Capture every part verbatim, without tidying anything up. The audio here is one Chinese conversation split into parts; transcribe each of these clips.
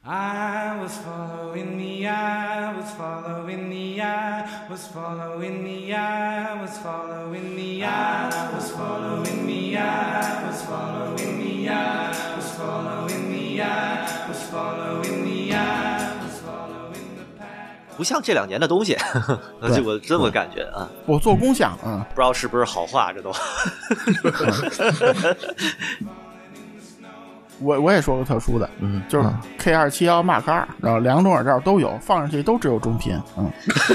I was following the I was following the I was following the I was following the I was following the I was following the I was following the I was following the I was following the pack。 不像这两年的东西，就我这么感觉啊。 我做工像，嗯， 不知道是不是好话，这都。 我我也说个特殊的， 嗯， 就是 K 二七一 Mark 二，然后两种耳罩都有，放上去都只有中频，嗯，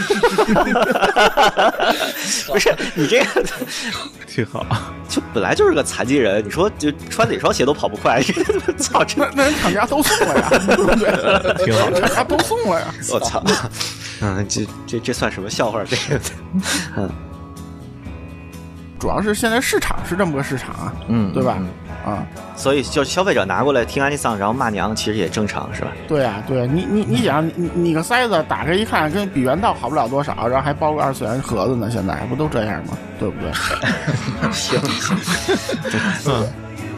不是你这个挺好， 就本来就是个残疾人，你说就穿哪双鞋都跑不快，操，这那那人厂家都送了呀，对不对？ 挺好， 厂家都送了呀， 我操，嗯，这这这算什么笑话？这个，嗯， 主要是现在市场是这么个市场啊， 嗯， 对吧？ 嗯啊， 所以就消费者拿过来听安妮桑，然后骂娘，其实也正常，是吧？ 对啊，对啊，你你你想，你你个塞子打开一看，跟比原道好不了多少，然后还包个二次元盒子呢，现在不都这样吗？对不对？ 行行， 嗯。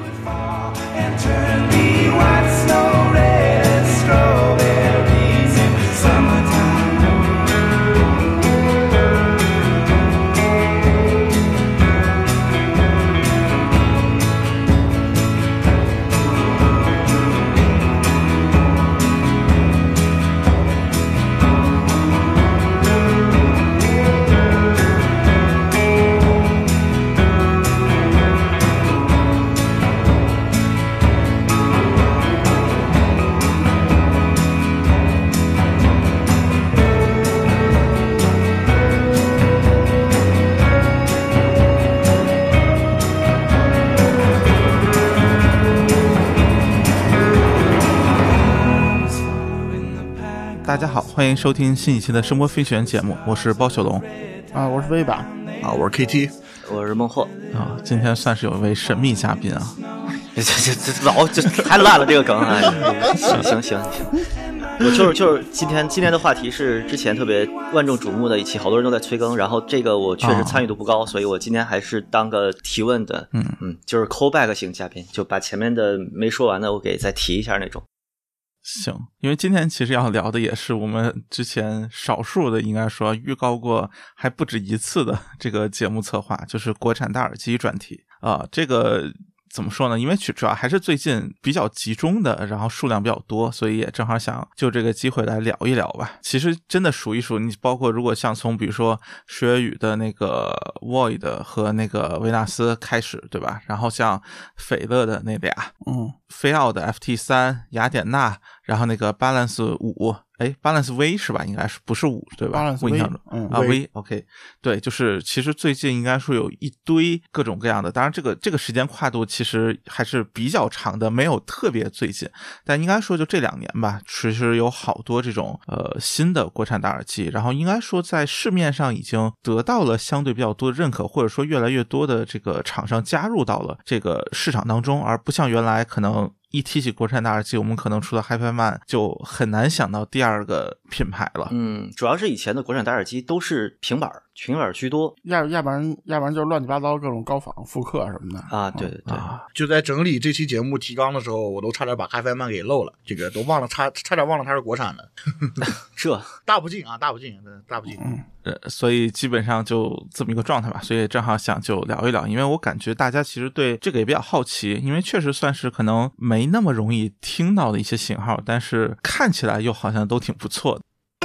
大家好，欢迎收听新一期的声波飞旋节目，我是包小龙啊，我是威吧啊，我是 K T， 我是孟获啊。今天算是有一位神秘嘉宾啊， 这这这老这太烂了这个梗啊！行行行行，我就是就是今天今天的话题是之前特别万众瞩目的一期，好多人都在催更，然后这个我确实参与度不高，哦、所以我今天还是当个提问的，嗯嗯，就是 callback 型嘉宾，就把前面的没说完的我给再提一下那种。 行，因为今天其实要聊的也是我们之前少数的应该说预告过还不止一次的这个节目策划，就是国产大耳机专题啊、呃，这个怎么说呢，因为主要还是最近比较集中的，然后数量比较多，所以也正好想就这个机会来聊一聊吧。其实真的数一数，你包括如果像从比如说学语的那个 Void 和那个维纳斯开始，对吧，然后像斐乐的那俩， 嗯， 飞奥的 F T 三 雅典娜，然后那个 Balance 五，哎 Balance V 是吧，应该是不是五对吧 Balance V， 嗯啊 V OK， 对，就是其实最近应该说有一堆各种各样的，当然这个这个时间跨度其实还是比较长的，没有特别最近，但应该说就这两年吧，其实有好多这种呃新的国产大耳机，然后应该说在市面上已经得到了相对比较多的认可，或者说越来越多的这个厂商加入到了这个市场当中，而不像原来可能一提起国产大耳机，我们可能除了 HiFiMan 就很难想到第二个品牌了。 嗯，主要是以前的国产大耳机都是平板，平板居多， 要要不然要不然就是乱七八糟各种高仿复刻什么的啊。对对对、 啊， 就在整理这期节目提纲的时候，我都差点把 HiFiMan 给漏了，这个都忘了差差点忘了它是国产的。 这大不敬啊，大不敬，大不敬。 嗯。 呃，所以基本上就这么一个状态吧，所以正好想就聊一聊，因为我感觉大家其实对这个也比较好奇，因为确实算是可能没那么容易听到的一些型号，但是看起来又好像都挺不错的。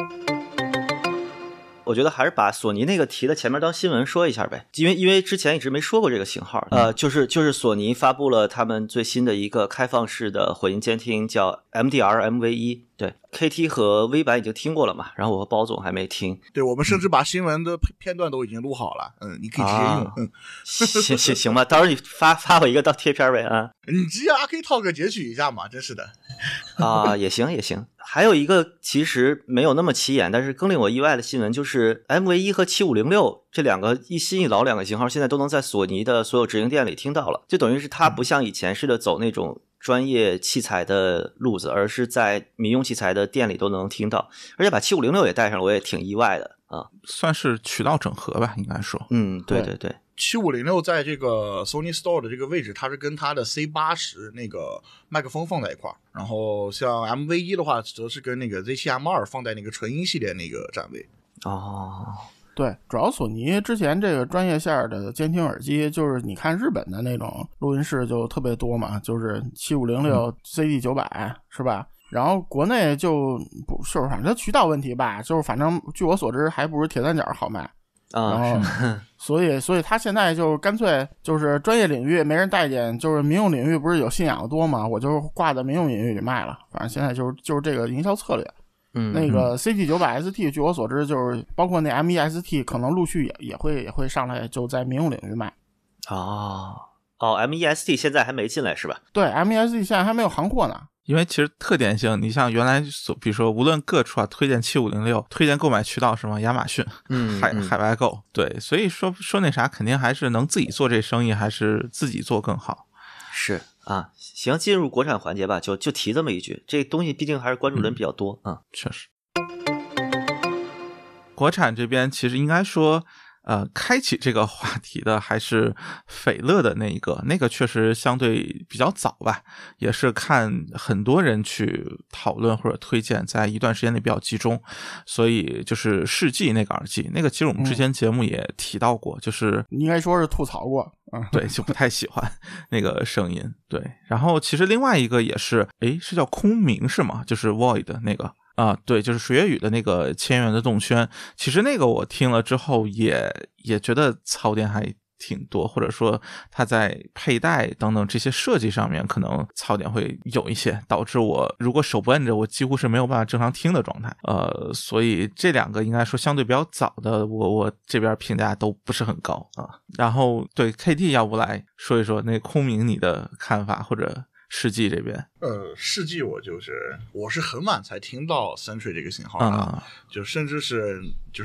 我觉得还是把索尼那个提的前面当新闻说一下呗，因为因为之前一直没说过这个型号，呃，就是就是索尼发布了他们最新的一个开放式的混音监听，叫 M D R M V 一，对 ，K T 和 V 版已经听过了嘛，然后我和包总还没听， 对，我们甚至把新闻的片段都已经录好了，嗯，你可以直接用， 啊、嗯，行行行吧，到时候你发发我一个当贴片呗啊， 你直接 R K Talk 截取一下嘛，真是的， 啊，也行也行。还有一个其实没有那么起眼，但是更令我意外的新闻就是 M V 一和七五零六这两个一新一老两个型号现在都能在索尼的所有直营店里听到了，就等于是它不像以前似的走那种专业器材的路子，而是在民用器材的店里都能听到，而且把七五零六也带上了，我也挺意外的啊， 算是渠道整合吧，应该说。 嗯，对对对。 七五零六在这个 Sony Store 的这个位置，它是跟它的 C 八十 那个麦克风放在一块儿，然后像 M V 一 的话，则是跟那个 Z 七 M 二 放在那个纯音系列那个站位。 哦， 对，主要索尼之前这个专业线的监听耳机，就是你看日本的那种录音室就特别多嘛，就是七五零六 C D 九百是吧？然后国内就不是，反正渠道问题吧，就是反正据我所知还不如铁三角好卖啊， 然后所以所以他现在就干脆就是专业领域没人待见，就是民用领域不是有信仰的多嘛，我就挂在民用领域里卖了，反正现在就是就是这个营销策略。 嗯， 那个 C T 九百 S T 据我所知就是包括那 M 一 S T 可能陆续也也会也会上来，就在民用领域卖。 哦哦 ，M 一 S T 现在还没进来是吧？ 对 ，M 一 S T 现在还没有行货呢。 因为其实特点性，你像原来所，比如说无论各处啊，推荐七五零六，推荐购买渠道什么亚马逊， 嗯， 海海外购，对，所以说说那啥，肯定还是能自己做这生意，还是自己做更好。 是啊，行，进入国产环节吧，就就提这么一句，这东西毕竟还是关注人比较多啊、嗯， 确实。国产这边其实应该说。呃，开启这个话题的还是斐乐的那一个，那个确实相对比较早吧，也是看很多人去讨论或者推荐，在一段时间内比较集中，所以就是世纪那个耳机，那个其实我们之前节目也提到过，嗯、就是应该说是吐槽过，嗯， 对，就不太喜欢那个声音，对，然后其实另外一个也是，诶，是叫空明是吗？就是 Void 那个。啊，对，就是水月雨的那个千元的动圈，其实那个我听了之后也也觉得槽点还挺多，或者说它在佩戴等等这些设计上面可能槽点会有一些，导致我如果手不摁着，我几乎是没有办法正常听的状态。呃，所以这两个应该说相对比较早的，我我这边评价都不是很高啊。然后对 K T 要不来说一说那空明你的看法或者。世纪这边， 呃，世纪我就是我是很晚才听到 Century 这个型号的、啊，就甚至是就是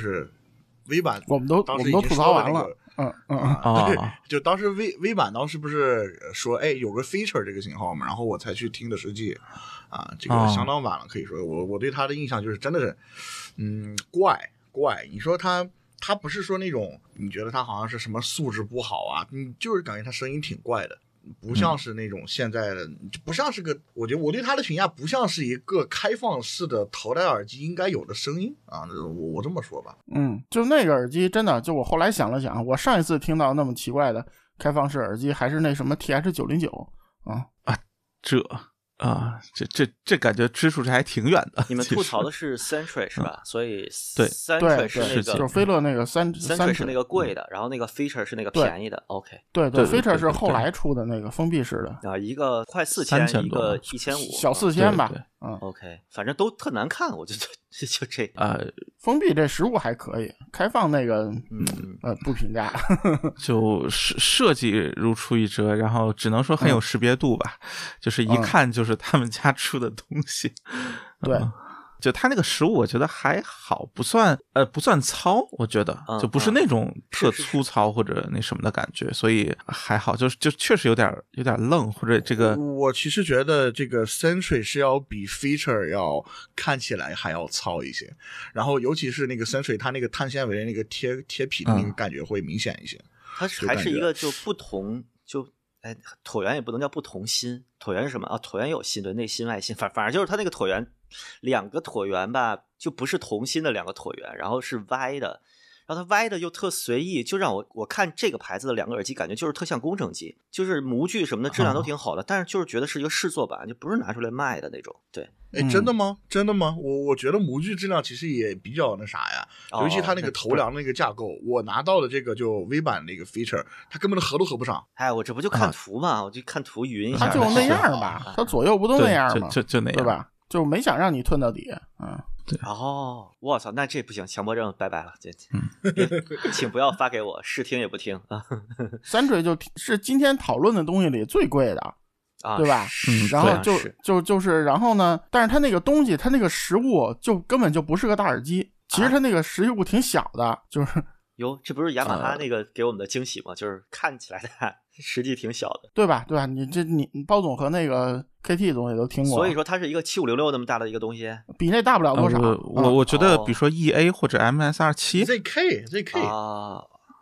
V 版， 我们都当时我们都吐槽完了，嗯嗯嗯， 啊，对，就当时 V V 版当时不是说，哎，有个 feature 这个型号嘛，然后我才去听的世纪，啊，这个相当晚了，可以说我我对他的印象就是真的是，嗯，怪怪，你说他。他不是说那种你觉得他好像是什么素质不好啊，你就是感觉他声音挺怪的。不像是那种现在的、嗯、不像是个我觉得我对他的评价不像是一个开放式的头戴耳机应该有的声音啊，我我这么说吧。 嗯，就那个耳机真的，就我后来想了想，我上一次听到那么奇怪的开放式耳机还是那什么 T H 九零九 啊啊，这啊，这这这感觉支出这还挺远的。 你们吐槽的是 Century 是吧？嗯、所以对 Century 是那个就是飞乐那个三 Century 是那个贵的，然后那个 Feature 是那个便宜的。OK， 对对 ，Feature 是后来出的那个封闭式的啊，一个快四千，一个一千五， 小四千吧。嗯 ，OK， 反正都特难看，我就就就这呃， 封闭这实物还可以，开放那个嗯呃不评价， 就设设计如出一辙，然后只能说很有识别度吧，嗯、就是一看就是他们家出的东西。 对。 嗯就它那个实物我觉得还好，不算呃不算糙，我觉得就不是那种特粗糙或者那什么的感觉，所以还好，就是就确实有点有点愣，或者这个我其实觉得这个 Century 是要比 Feature 要看起来还要糙一些，然后尤其是那个 Century 它那个碳纤维的那个贴贴皮的那个感觉会明显一些， 它还是一个就不同就。哎，椭圆也不能叫不同心，椭圆是什么啊？椭圆有心，对，内心外心，反反正就是它那个椭圆，两个椭圆吧，就不是同心的两个椭圆，然后是歪的，然后它歪的又特随意，就让我我看这个牌子的两个耳机，感觉就是特像工程机，就是模具什么的质量都挺好的，哦、但是就是觉得是一个试做版，就不是拿出来卖的那种。对， 哎，真的吗？真的吗？我我觉得模具质量其实也比较那啥呀，尤其它那个头梁那个架构，哦、我拿到的这个就 V 版那个 feature， 它根本合都合不上。 哎，我这不就看图嘛，啊、我就看图匀一下。 它就那样吧，它左右不都那样吗？ 就就那样， 对吧？就没想让你吞到底，嗯。 对哦，我操，那这不行，强迫症拜拜了，这，嗯、请不要发给我，试听也不听啊。 三锤就是今天讨论的东西里最贵的。 啊， 对吧？ 嗯， 然后就就就是，然后呢？但是它那个东西，它那个实物就根本就不是个大耳机。其实它那个实物挺小的，就是哟，这不是雅马哈那个给我们的惊喜吗？呃、就是看起来的，实际挺小的， 对吧？对吧？你这你包总和那个 K T 总也都听过， 所以说它是一个七五零六那么大的一个东西， 比那大不了多少。 呃、我我觉得，比如说 E A 或者 M S 二七、 Z K Z K 啊。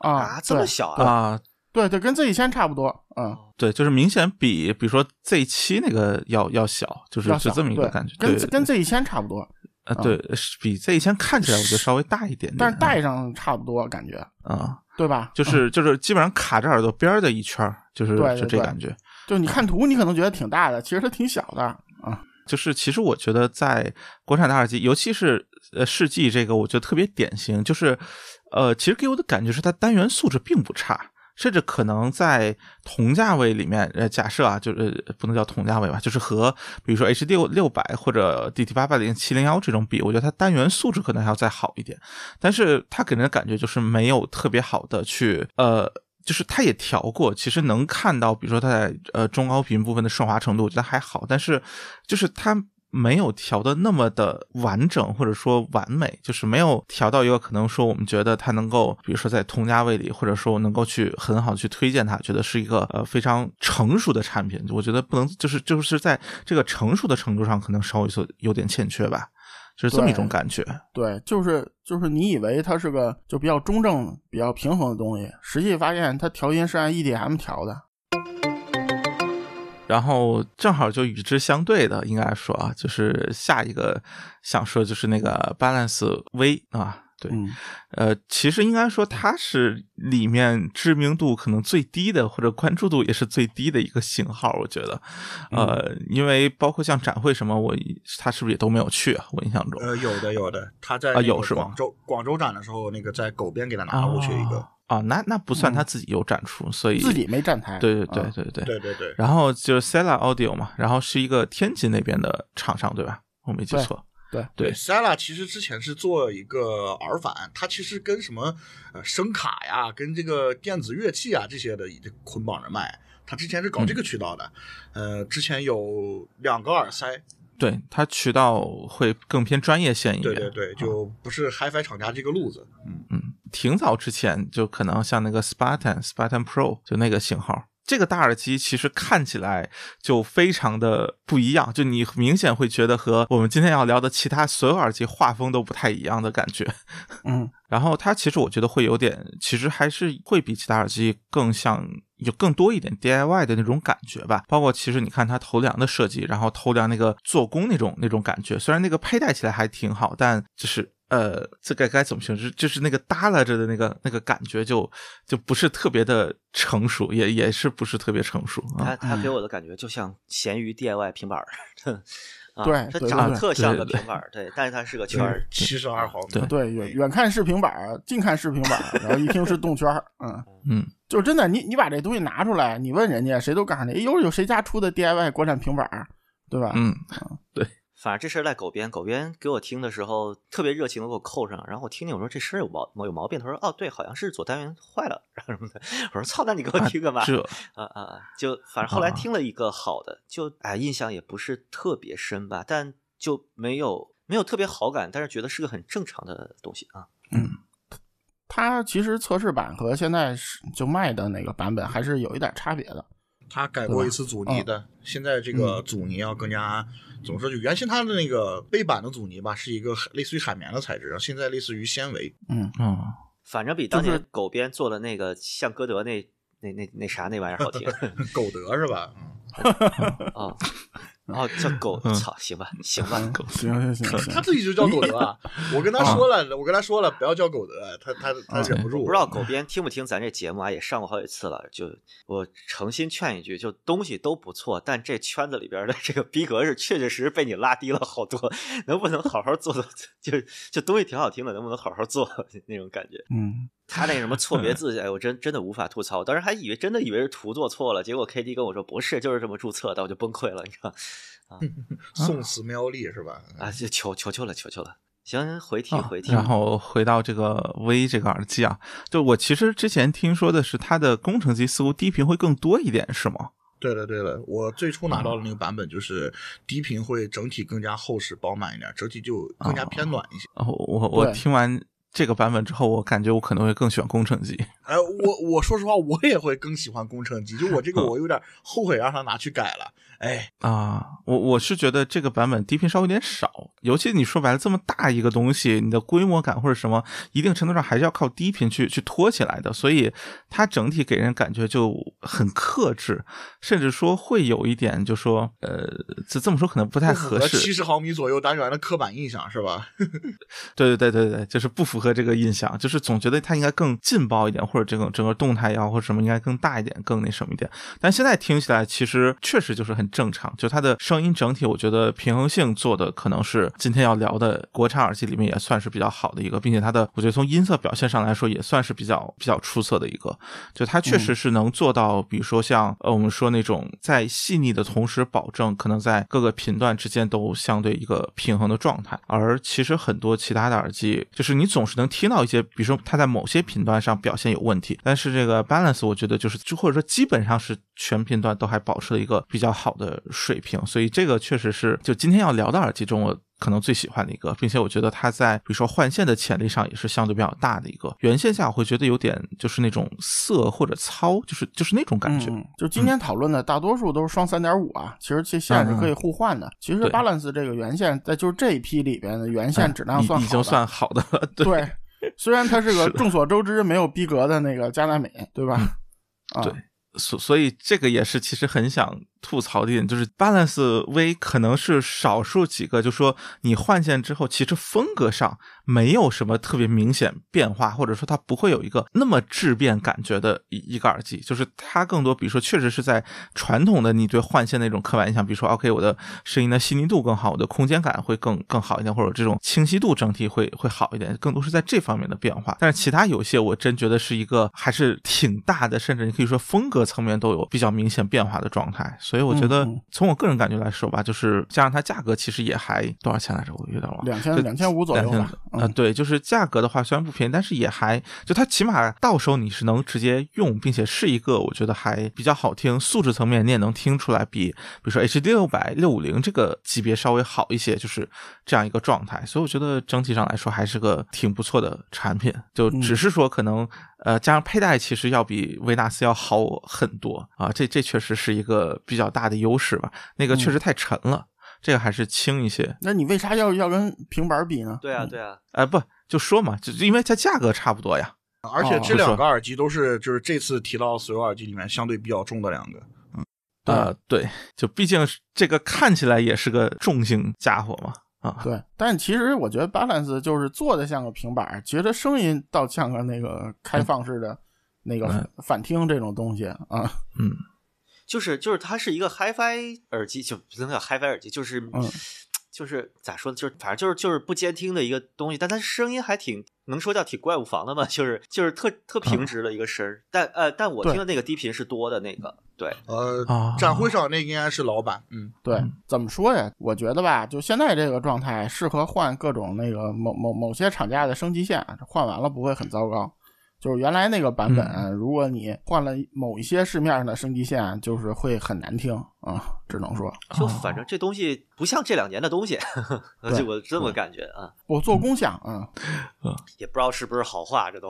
啊， 这么小啊？ 啊， 对对，跟 Z 一千差不多，嗯， 对，就是明显比比如说 Z 七那个要要小，就是要小是这么一个对感觉， 跟对跟 Z 一千差不多， 呃对，是比 Z 一千看起来我觉得稍微大一点点， 但是戴上差不多感觉， 啊， 对吧？ 就是就是基本上卡着耳朵边儿的一圈儿，就是对对对就这感觉。 就你看图，你可能觉得挺大的，其实它挺小的啊。 就是其实我觉得在国产大耳机，尤其是呃世纪这个，我觉得特别典型，就是呃，其实给我的感觉是它单元素质并不差。甚至可能在同价位里面，呃，假设啊，就是不能叫同价位吧，就是和比如说 H D 六百或者 D T 八八零、七零一这种比，我觉得它单元素质可能还要再好一点，但是它给人的感觉就是没有特别好的去，呃，就是它也调过，其实能看到，比如说它在呃中高频部分的顺滑程度，我觉得还好，但是就是它没有调的那么的完整或者说完美，就是没有调到一个可能说我们觉得它能够比如说在同价位里，或者说能够去很好去推荐它，觉得是一个呃非常成熟的产品，我觉得不能就是就是在这个成熟的程度上可能稍微有点欠缺吧，就是这么一种感觉。 对，就是就是你以为它是个就比较中正比较平衡的东西，实际发现它调音是按 E D M 调的。 然后正好就与之相对的，应该说啊，就是下一个想说就是那个 Balance V 啊，对， 嗯、 呃，其实应该说它是里面知名度可能最低的，或者关注度也是最低的一个型号，我觉得，呃，嗯、因为包括像展会什么，我他是不是也都没有去啊？我印象中， 呃，有的有的，他在啊有是吗？ 广州广州展的时候，那个在狗边给他拿过去一个。 哦啊、哦，那那不算他自己有展出，嗯、所以自己没站台。 对对对对对对对对。 然后就是 Sela Audio 嘛，然后是一个天津那边的厂商，对吧？我没记错。 对对对 Sela 其实之前是做一个耳返，它其实跟什么呃声卡呀、跟这个电子乐器啊这些的捆绑着卖。它之前是搞这个渠道的，嗯、呃，之前有两个耳塞。 对，它渠道会更偏专业线一点。 对对对，就不是 Hi-Fi 厂家这个路子。嗯嗯，挺早之前就可能像那个 Spartan、Spartan Pro 就那个型号。这个大耳机其实看起来就非常的不一样，就你明显会觉得和我们今天要聊的其他所有耳机画风都不太一样的感觉。 嗯， 然后它其实我觉得会有点，其实还是会比其他耳机更像有更多一点 D I Y 的那种感觉吧。包括其实你看它头梁的设计，然后头梁那个做工那种那种感觉，虽然那个佩戴起来还挺好，但就是呃，这该该怎么形容？就是那个耷拉着的那个那个感觉就，就就不是特别的成熟，也也是不是特别成熟。 它它给我的感觉就像闲鱼 D I Y 平板儿，啊、 对， 它长得特像个平板儿，对，但是它是个圈儿， 七十二毫米。 对对，远远看是平板儿，近看是平板儿，然后一听是动圈儿，嗯嗯， 就真的，你你把这东西拿出来，你问人家，谁都告诉你，哎，有有谁家出的 D I Y 国产平板儿，对吧？ 嗯，对。 反正这事儿在狗边，狗边给我听的时候特别热情的给我扣上，然后我听听，我说这声有毛有毛病，他说哦对，好像是左单元坏了，然后什么的，我说操，那你给我听干嘛？ 啊这啊啊，就反正后来听了一个好的，就哎印象也不是特别深吧，但就没有没有特别好感，但是觉得是个很正常的东西啊。 嗯，它其实测试版和现在就卖的那个版本还是有一点差别的。 他改过一次阻尼的，嗯、现在这个阻尼要更加怎么说？就原先它的那个背板的阻尼吧，是一个类似于海绵的材质，然后现在类似于纤维。 嗯嗯， 反正比当年狗边做的那个像歌德那那那那啥那玩意儿好听。 狗德是吧？ 哦哦，叫狗，操，行吧，行吧， 狗，行行行行， 他自己就叫狗德啊！我跟他说了，我跟他说了，不要叫狗德，他他他忍不住。 不知道狗边听不听咱这节目啊？也上过好几次了。就我诚心劝一句，就东西都不错，但这圈子里边的这个逼格是确确实实被你拉低了好多。能不能好好做做？就就东西挺好听的，能不能好好做那种感觉？ 嗯。 他那什么错别字，哎，我真真的无法吐槽。我当时还以为真的以为是图做错了，结果 K D 跟我说不是，就是这么注册的，我就崩溃了，你知道啊？ 宋词妙丽是吧？ 啊，就求求求了，求求了。行，回题回题、 啊。然后回到这个 V 这个耳机啊，就我其实之前听说的是它的工程机似乎低频会更多一点，是吗？ 对了对了，我最初拿到的那个版本就是低频会整体更加厚实饱满一点，整体就更加偏暖一些。 哦，我我听完这个版本之后，我感觉我可能会更喜欢工程机。 哎，我我说实话，我也会更喜欢工程机。就我这个，我有点后悔让他拿去改了。 哎啊，我我是觉得这个版本低频稍微有点少，尤其你说白了这么大一个东西，你的规模感或者什么，一定程度上还是要靠低频去去拖起来的，所以它整体给人感觉就很克制，甚至说会有一点就说呃这这么说可能不太合适， 七十毫米左右单元的刻板印象是吧？ 对对对对对，就是不符合这个印象，就是总觉得它应该更劲爆一点，或者这个整个动态也好或者什么应该更大一点，更那什么一点。但现在听起来其实确实就是很正常，就它的声音整体我觉得平衡性做的可能是今天要聊的国产耳机里面也算是比较好的一个，并且它的我觉得从音色表现上来说也算是比较比较出色的一个，就它确实是能做到比如说像呃我们说那种在细腻的同时保证可能在各个频段之间都相对一个平衡的状态，而其实很多其他的耳机就是你总是能听到一些比如说它在某些频段上表现有问题，但是这个 Balance 我觉得就是或者说基本上是全频段都还保持了一个比较好的水平，所以这个确实是就今天要聊的耳机中我可能最喜欢的一个，并且我觉得它在比如说换线的潜力上也是相对比较大的一个，原线下我会觉得有点就是那种涩或者糙，就是就是那种感觉、 嗯、就今天讨论的大多数都是双 三点五 啊，其实这线是可以互换的、嗯、其实 Balance 这个原线在就是这一批里边的原线质量算好的、 嗯、已经算好的了， 对, 对虽然它是个众所周知没有逼格的那个加纳美，对吧、 嗯、对、啊所所以这个也是其实很想吐槽的一点，就是 Balance V 可能是少数几个就说你换线之后其实风格上没有什么特别明显变化，或者说它不会有一个那么质变感觉的一个耳机，就是它更多比如说确实是在传统的你对换线那种刻板印象，比如说 OK 我的声音的细腻度更好，我的空间感会更更好一点，或者这种清晰度整体会会好一点，更多是在这方面的变化。但是其他有些我真觉得是一个还是挺大的，甚至你可以说风格层面都有比较明显变化的状态，所以我觉得从我个人感觉来说吧，就是加上它价格其实也还多少钱来着，我有点忘了， 两千两千五左右吧。 呃，对，就是价格的话虽然不便宜，但是也还就它起码到手你是能直接用，并且是一个我觉得还比较好听，素质层面你也能听出来比比如说 H D 六百 六五零这个级别稍微好一些，就是这样一个状态，所以我觉得整体上来说还是个挺不错的产品，就只是说可能、嗯、呃加上佩戴其实要比维纳斯要好很多啊，这这确实是一个比较大的优势吧，那个确实太沉了、嗯、这个还是轻一些。 那你为啥要要跟平板比呢？ 对啊对啊， 哎、呃、不就说嘛，就因为它价格差不多呀。 而且这两个耳机都是就是这次提到所有耳机里面相对比较重的两个。嗯， 呃对，就毕竟这个看起来也是个重型家伙嘛。啊， 对，但其实我觉得 Balance 就是做的像个平板，觉得声音倒像个那个开放式的那个反听这种东西啊。 嗯， 就是就是它是一个 Hi-Fi 耳机，就不能叫 Hi-Fi 耳机，就是、嗯、就是咋说呢，就是反正就是就是不监听的一个东西，但它声音还挺能说叫挺怪物房的嘛，就是就是特特平直的一个声、嗯、但呃但我听的那个低频是多的那个。对， 呃，展会上那应该是老板，嗯， 对，怎么说呀？我觉得吧，就现在这个状态适合换各种那个某某某些厂家的升级线，换完了不会很糟糕。就是原来那个版本、嗯、如果你换了某一些市面上的升级线，就是会很难听啊、嗯，只能说就反正这东西不像这两年的东西就我这么感觉啊。 我做工像啊、 嗯，也不知道是不是好话，这都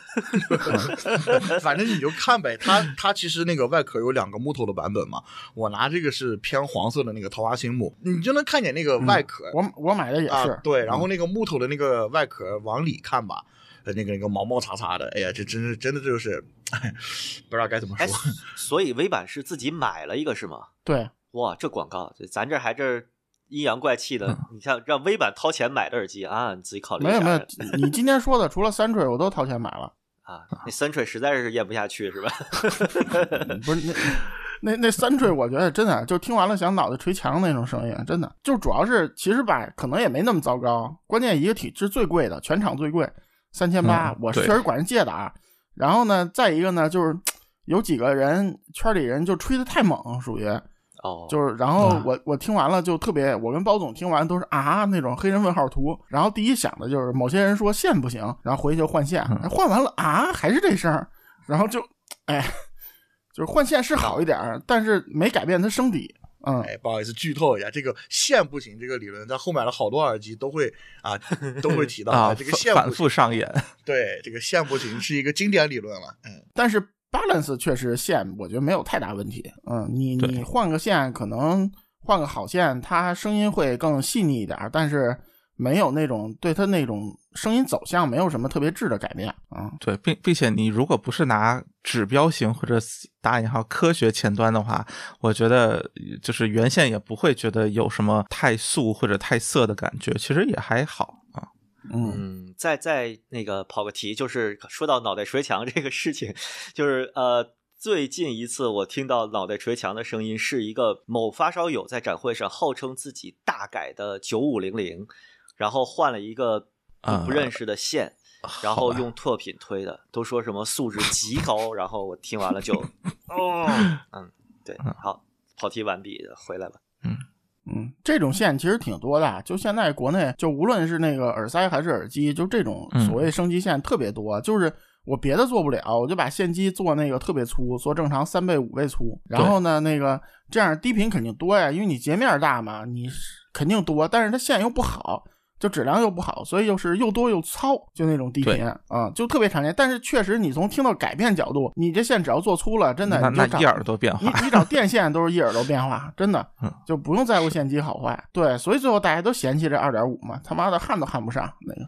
反正你就看呗。它它其实那个外壳有两个木头的版本嘛，我拿这个是偏黄色的那个桃花心木，你就能看见那个外壳、 嗯、我我买的也是、 啊、对，然后那个木头的那个外壳往里看吧，那个那个毛毛擦擦的，哎呀，这真是真的就是不知道该怎么说。 所以微版是自己买了一个是吗？ 对， 哇，这广告，咱这还这阴阳怪气的，嗯、你像让微版掏钱买的耳机啊，你自己考虑一下。 没有没有，你今天说的除了三锤我都掏钱买了啊，那三锤实在是咽不下去是吧？ 不是那。那那三锤我觉得真的就听完了想脑袋捶墙那种声音，真的就主要是其实吧可能也没那么糟糕，关键一个体是最贵的，全场最贵三千八，我是确实管人借的啊。然后呢再一个呢就是有几个人圈里人就吹得太猛，属于哦， 就是然后我、嗯、我听完了就特别，我跟包总听完都是啊那种黑人问号图，然后第一想的就是某些人说线不行，然后回去就换线，嗯、换完了啊还是这声，然后就哎。就是换线是好一点、哦、但是没改变它声底。嗯， 哎，不好意思剧透一下，这个线不行这个理论在后面的好多耳机都会啊都会提到啊， 这个线不行反复上演。 对，这个线不行是一个经典理论了。嗯， 但是 balance 确实线我觉得没有太大问题。嗯，你对你换个线可能换个好线，它声音会更细腻一点，但是没有那种对它那种声音走向没有什么特别质的改变啊。 对，并并且你如果不是拿指标型或者打引号科学前端的话，我觉得就是原线也不会觉得有什么太素或者太色的感觉，其实也还好啊。 嗯嗯，再再那个跑个题，就是说到脑袋捶墙这个事情，就是呃，最近一次我听到脑袋捶墙的声音，是一个某发烧友在展会上号称自己大改的九五零零，然后换了一个不认识的线，呃、然后用拓品推的，都说什么素质极高，然后我听完了就，哦，嗯，对，好，跑题完毕，回来了， 嗯。 嗯，这种线其实挺多的，就现在国内就无论是那个耳塞还是耳机，就这种所谓升级线特别多，嗯、就是我别的做不了，我就把线机做那个特别粗，做正常三倍五倍粗，然后呢那个这样低频肯定多呀，因为你截面大嘛，你肯定多，但是它线又不好，就质量又不好，所以就是又多又糙，就那种低频啊、嗯，就特别常见。但是确实你从听到改变角度，你这线只要做粗了，真的那你就那一耳朵变化， 你你找电线都是一耳朵变化，真的就不用在乎线机好坏。对，所以最后大家都嫌弃这 二点五 嘛，他妈的焊都焊不上那个。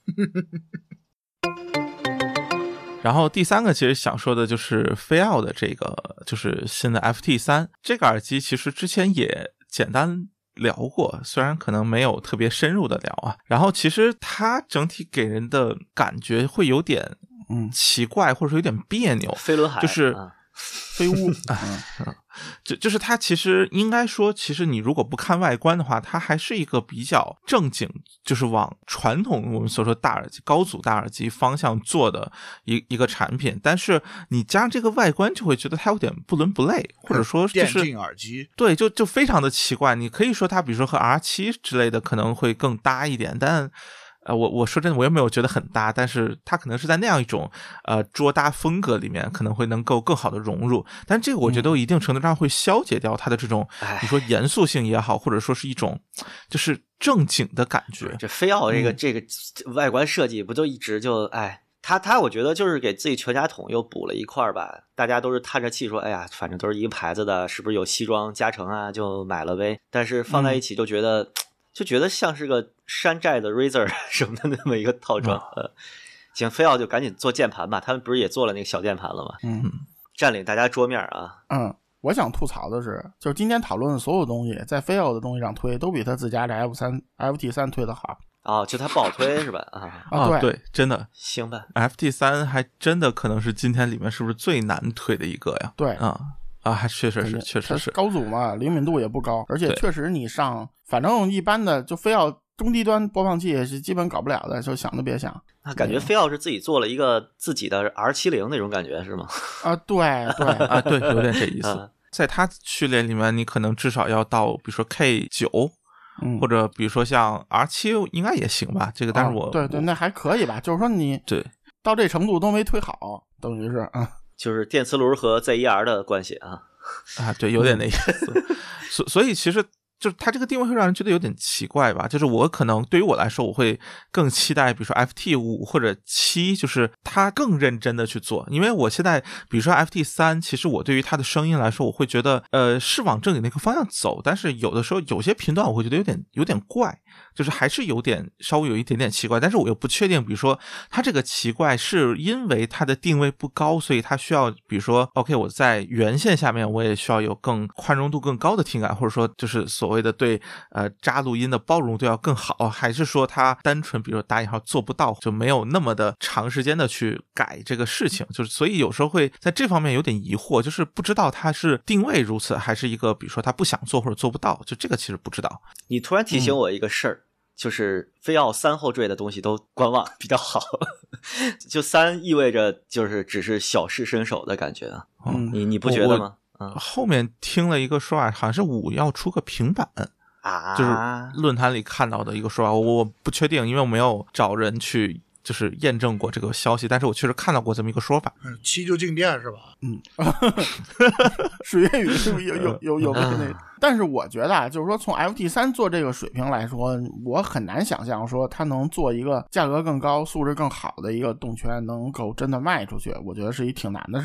然后第三个其实想说的就是飞奥的这个就是新的 F T 三 这个耳机，其实之前也简单聊过，虽然可能没有特别深入的聊啊。然后其实它整体给人的感觉会有点嗯奇怪，或者说有点别扭， 飞轮海就是、 啊、 飞屋啊、嗯就就是它其实应该说，其实你如果不看外观的话，它还是一个比较正经，就是往传统我们所说大耳机、高阻大耳机方向做的一一个产品。但是你加上这个外观，就会觉得它有点不伦不类，或者说就是电竞耳机， 对，就就非常的奇怪。你可以说它，比如说和 R 七 之类的可能会更搭一点，但。呃，我我说真的，我也没有觉得很搭，但是它可能是在那样一种呃桌搭风格里面，可能会能够更好的融入。但这个我觉得一定程度上会消解掉它的这种， 嗯、 你说严肃性也好，或者说是一种就是正经的感觉。 这飞奥这个、 嗯、 这个外观设计不就一直就哎，他他我觉得就是给自己全家桶又补了一块吧。大家都是叹着气说，哎呀，反正都是一个牌子的，是不是有西装加成啊，就买了呗。但是放在一起就觉得。嗯就觉得像是个山寨的 Razer 什么的那么一个套装，呃，行，飞奥就赶紧做键盘吧，他们不是也做了那个小键盘了吗？ 嗯， 占领大家桌面啊。 嗯，我想吐槽的是，就是今天讨论的所有东西，在飞奥的东西上推，都比他自家的 F 三 F T 三推的好。 哦，就他不好推是吧？啊啊，对对，真的， 行吧。 F T 三 还真的可能是今天里面是不是最难推的一个呀？ 对啊。啊，确实是，确实是高阻嘛，灵敏度也不高，而且确实你上，反正一般的就非要中低端播放器也是基本搞不了的，就想都别想。 那感觉飞奥是自己做了一个自己的 R 七十 那种感觉是吗？ 啊，对对啊，对，有点这意思。 啊、 在它序列里面，你可能至少要到，比如说 K 九、 嗯， 或者比如说像 R 七 应该也行吧。这个，但是我、 啊、对对，那还可以吧。就是说你对到这程度都没推好，等于是啊， 就是电磁炉和 Z E R 的关系啊。 啊，对，有点那意思。所所以其实就是它这个定位会让人觉得有点奇怪吧。就是我可能对于我来说，我会更期待，比如说 F T 五 或者七，就是它更认真的去做。因为我现在，比如说 F T 三，其实我对于它的声音来说，我会觉得呃是往正经那个方向走，但是有的时候有些频段我会觉得有点有点怪。就是还是有点稍微有一点点奇怪，但是我又不确定，比如说它这个奇怪是因为它的定位不高，所以它需要比如说 OK 我在原线下面我也需要有更宽容度更高的听感，或者说就是所谓的对呃扎录音的包容度要更好，还是说它单纯比如说打引号做不到，就没有那么的长时间的去改这个事情，就是所以有时候会在这方面有点疑惑，就是不知道它是定位如此，还是一个比如说它不想做或者做不到，就这个其实不知道。 你突然提醒我一个事儿、嗯就是飞奥三后缀的东西都观望比较好，就三意味着就是只是小试身手的感觉啊。 嗯， 你你不觉得吗？ 嗯，后面听了一个说法，好像是五要出个平板啊， 就是论坛里看到的一个说法，我我不确定，因为我没有找人去就是验证过这个消息，但是我确实看到过这么一个说法。 嗯，七就静电是吧？ 嗯，水月语是不是有有有有个那个？但是我觉得啊，就是说从 F T 三 做这个水平来说，我很难想象说它能做一个价格更高、素质更好的一个动圈，能够真的卖出去。我觉得是一挺难的事儿。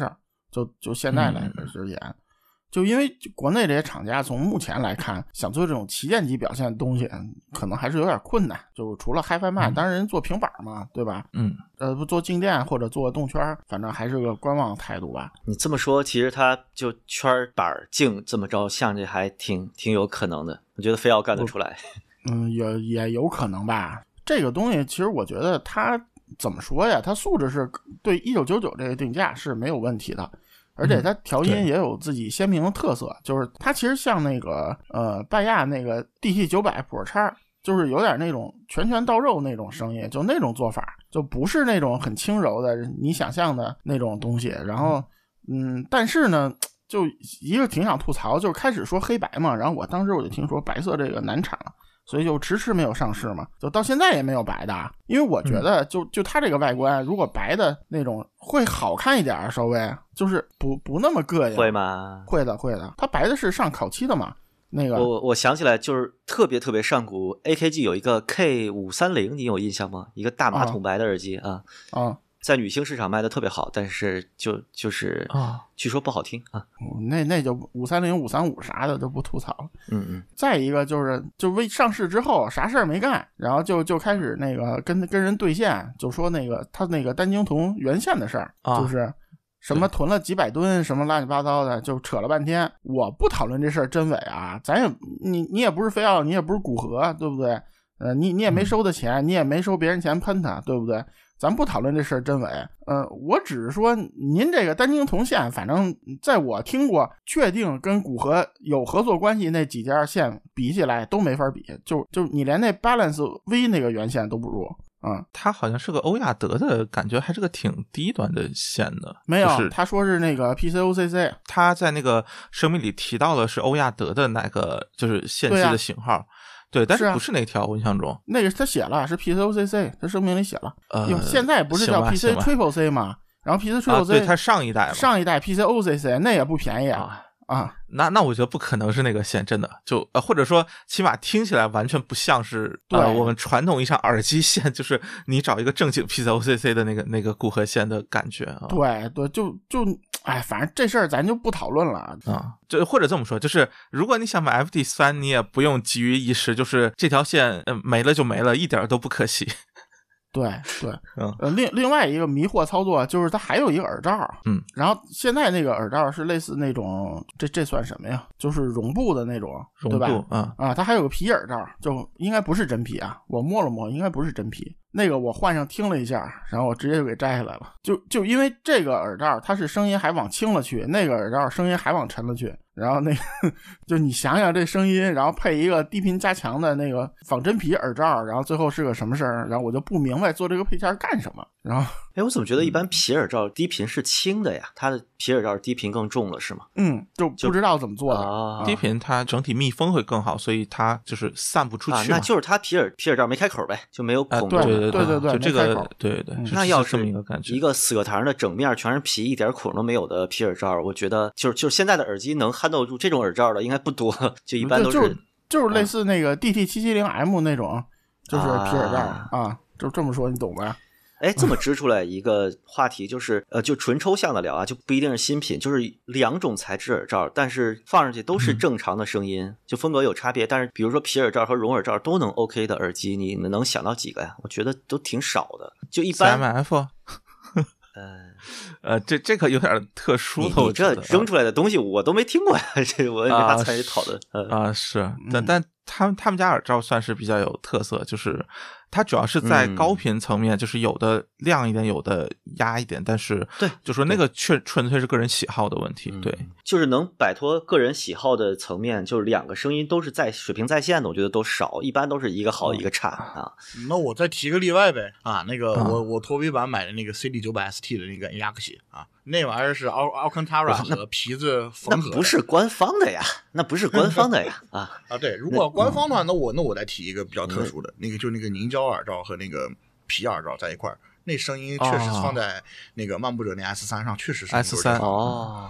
就就现在来而言。嗯，就因为国内这些厂家从目前来看，想做这种旗舰级表现的东西，可能还是有点困难。就是除了 Hi-Fi Man，、嗯、当然人做平板嘛，对吧？ 嗯， 呃，不做静电或者做动圈，反正还是个观望态度吧。 你这么说，其实它就圈板静这么着，像这还挺挺有可能的。我觉得非要干得出来。 嗯，也也有可能吧。这个东西其实我觉得它怎么说呀？它素质是对一九九九这个定价是没有问题的。而且它调音也有自己鲜明的特色，嗯、就是它其实像那个呃拜亚那个 D T 九百 普叉，就是有点那种拳拳到肉那种声音，就那种做法，就不是那种很轻柔的你想象的那种东西。然后嗯，但是呢，就一个挺想吐槽，就是开始说黑白嘛，然后我当时我就听说白色这个难产了。所以就迟迟没有上市嘛，就到现在也没有白的。因为我觉得就就它这个外观，如果白的那种会好看一点，稍微就是不不那么膈应。 会吗？ 会的会的，它白的是上烤漆的嘛。那个我我想起来，就是特别特别上古 A K G 有一个 K 五三零，你有印象吗？一个大马桶白的耳机啊。 啊。啊在女性市场卖的特别好，但是就就是啊， 据说不好听啊。 那那就五三零、五三五啥的就不吐槽了。 嗯嗯。 再一个就是就未上市之后啥事儿没干，然后就就开始那个跟跟人对线，就说那个他那个单晶铜原线的事儿，啊、就是什么囤了几百吨什么乱七八糟的，就扯了半天。我不讨论这事儿真伪啊，咱也你你也不是非要，你也不是古河，对不对？呃，你你也没收的钱，嗯、你也没收别人钱喷他，对不对？咱不讨论这事儿真伪，呃，我只是说您这个单晶铜线，反正在我听过确定跟古河有合作关系那几家线比起来都没法比，就就你连那 Balance V 那个原线都不如。嗯， 它好像是个欧亚德的感觉，还是个挺低端的线的。 没有， 就是、 他说是那个 P C O C C， 他在那个声明里提到了是欧亚德的那个就是线机的型号。对，但是不是那条，我印象中那个他写了是 P C O C C， 他声明里写了。 呃， 现在不是叫 P C Triple C 吗？然后 P C Triple C，、 啊、对，它上一代， 上一代 P C O C C 那也不便宜啊。啊， 那那我觉得不可能是那个线，真的就呃，或者说起码听起来完全不像是呃我们传统意义上耳机线，就是你找一个正经 P C O C C 的那个那个固合线的感觉啊。 对对，就就哎，反正这事儿咱就不讨论了啊。就或者这么说，就是如果你想买 F D 三，你也不用急于一时，就是这条线、呃、没了就没了，一点都不可惜。 对对， 嗯， 呃，另另外一个迷惑操作就是它还有一个耳罩， 嗯， 然后现在那个耳罩是类似那种，这这算什么呀？就是绒布的那种， 绒布， 对吧？ 啊啊，它还有个皮耳罩，就应该不是真皮啊，我摸了摸，应该不是真皮。那个我换上听了一下，然后我直接就给摘下来了。就就因为这个耳罩它是声音还往轻了去，那个耳罩声音还往沉了去。然后那个就你想想这声音，然后配一个低频加强的那个仿真皮耳罩，然后最后是个什么事儿？然后我就不明白做这个配件干什么。然后哎，我怎么觉得一般皮耳罩低频是轻的呀？它的皮耳罩低频更重了是吗？ 嗯，就不知道怎么做的。 啊、 低频它整体密封会更好，所以它就是散不出去嘛、 啊、那就是它皮耳皮耳罩没开口呗，就没有孔洞、 啊。 对对对对对， 就这个对对对、 嗯， 那要是这么一个感觉， 一个死个堂的整面全是皮，一点孔都没有的皮耳罩，我觉得就是就是现在的耳机能handle住这种耳罩的应该不多，就一般都是、 嗯、就, 就是类似那个 D T 七七零 M 那种，就是皮耳罩 啊, 啊，就这么说你懂吧？ 哎，这么支出来一个话题，就是呃，就纯抽象的聊啊，就不一定是新品，就是两种材质耳罩，但是放上去都是正常的声音，嗯、就风格有差别。但是比如说皮耳罩和绒耳罩都能 OK 的耳机，你能想到几个呀？我觉得都挺少的，就一般。 C M F 呃呃，这这个有点特殊的， 你你这扔出来的东西我都没听过呀，这我也没法参与讨论啊、呃。是，但但他们他们家耳罩算是比较有特色，就是它主要是在高频层面，嗯、就是有的亮一点，有的压一点，但是对， 就说那个确纯粹是个人喜好的问题， 嗯、 对， 就是能摆脱个人喜好的层面，就是两个声音都是在水平在线的，我觉得都少，一般都是一个好一个差啊。 那我再提个例外呗啊，那个我、嗯、我驼背版买的那个 C D 九百 S T 的那个 Yaxi 啊，那玩意儿是 Alcantara 和皮子缝合， 那不是官方的呀，那不是官方的呀啊啊对，如果官方的话，那我那我再提一个比较特殊的，嗯、那个就是那个凝胶耳罩和那个皮耳罩在一块儿，那声音确实放在那个漫步者那 S 三 上，确实是 S 三哦。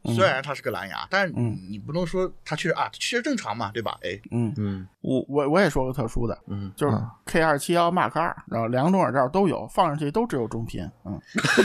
虽然它是个蓝牙，但嗯你不能说它确实啊，确实正常嘛，对吧？哎， 嗯嗯我我我也说个特殊的， 嗯， 就是 K 二七一 Mark 二，然后两种耳罩都有，放上去都只有中频。嗯，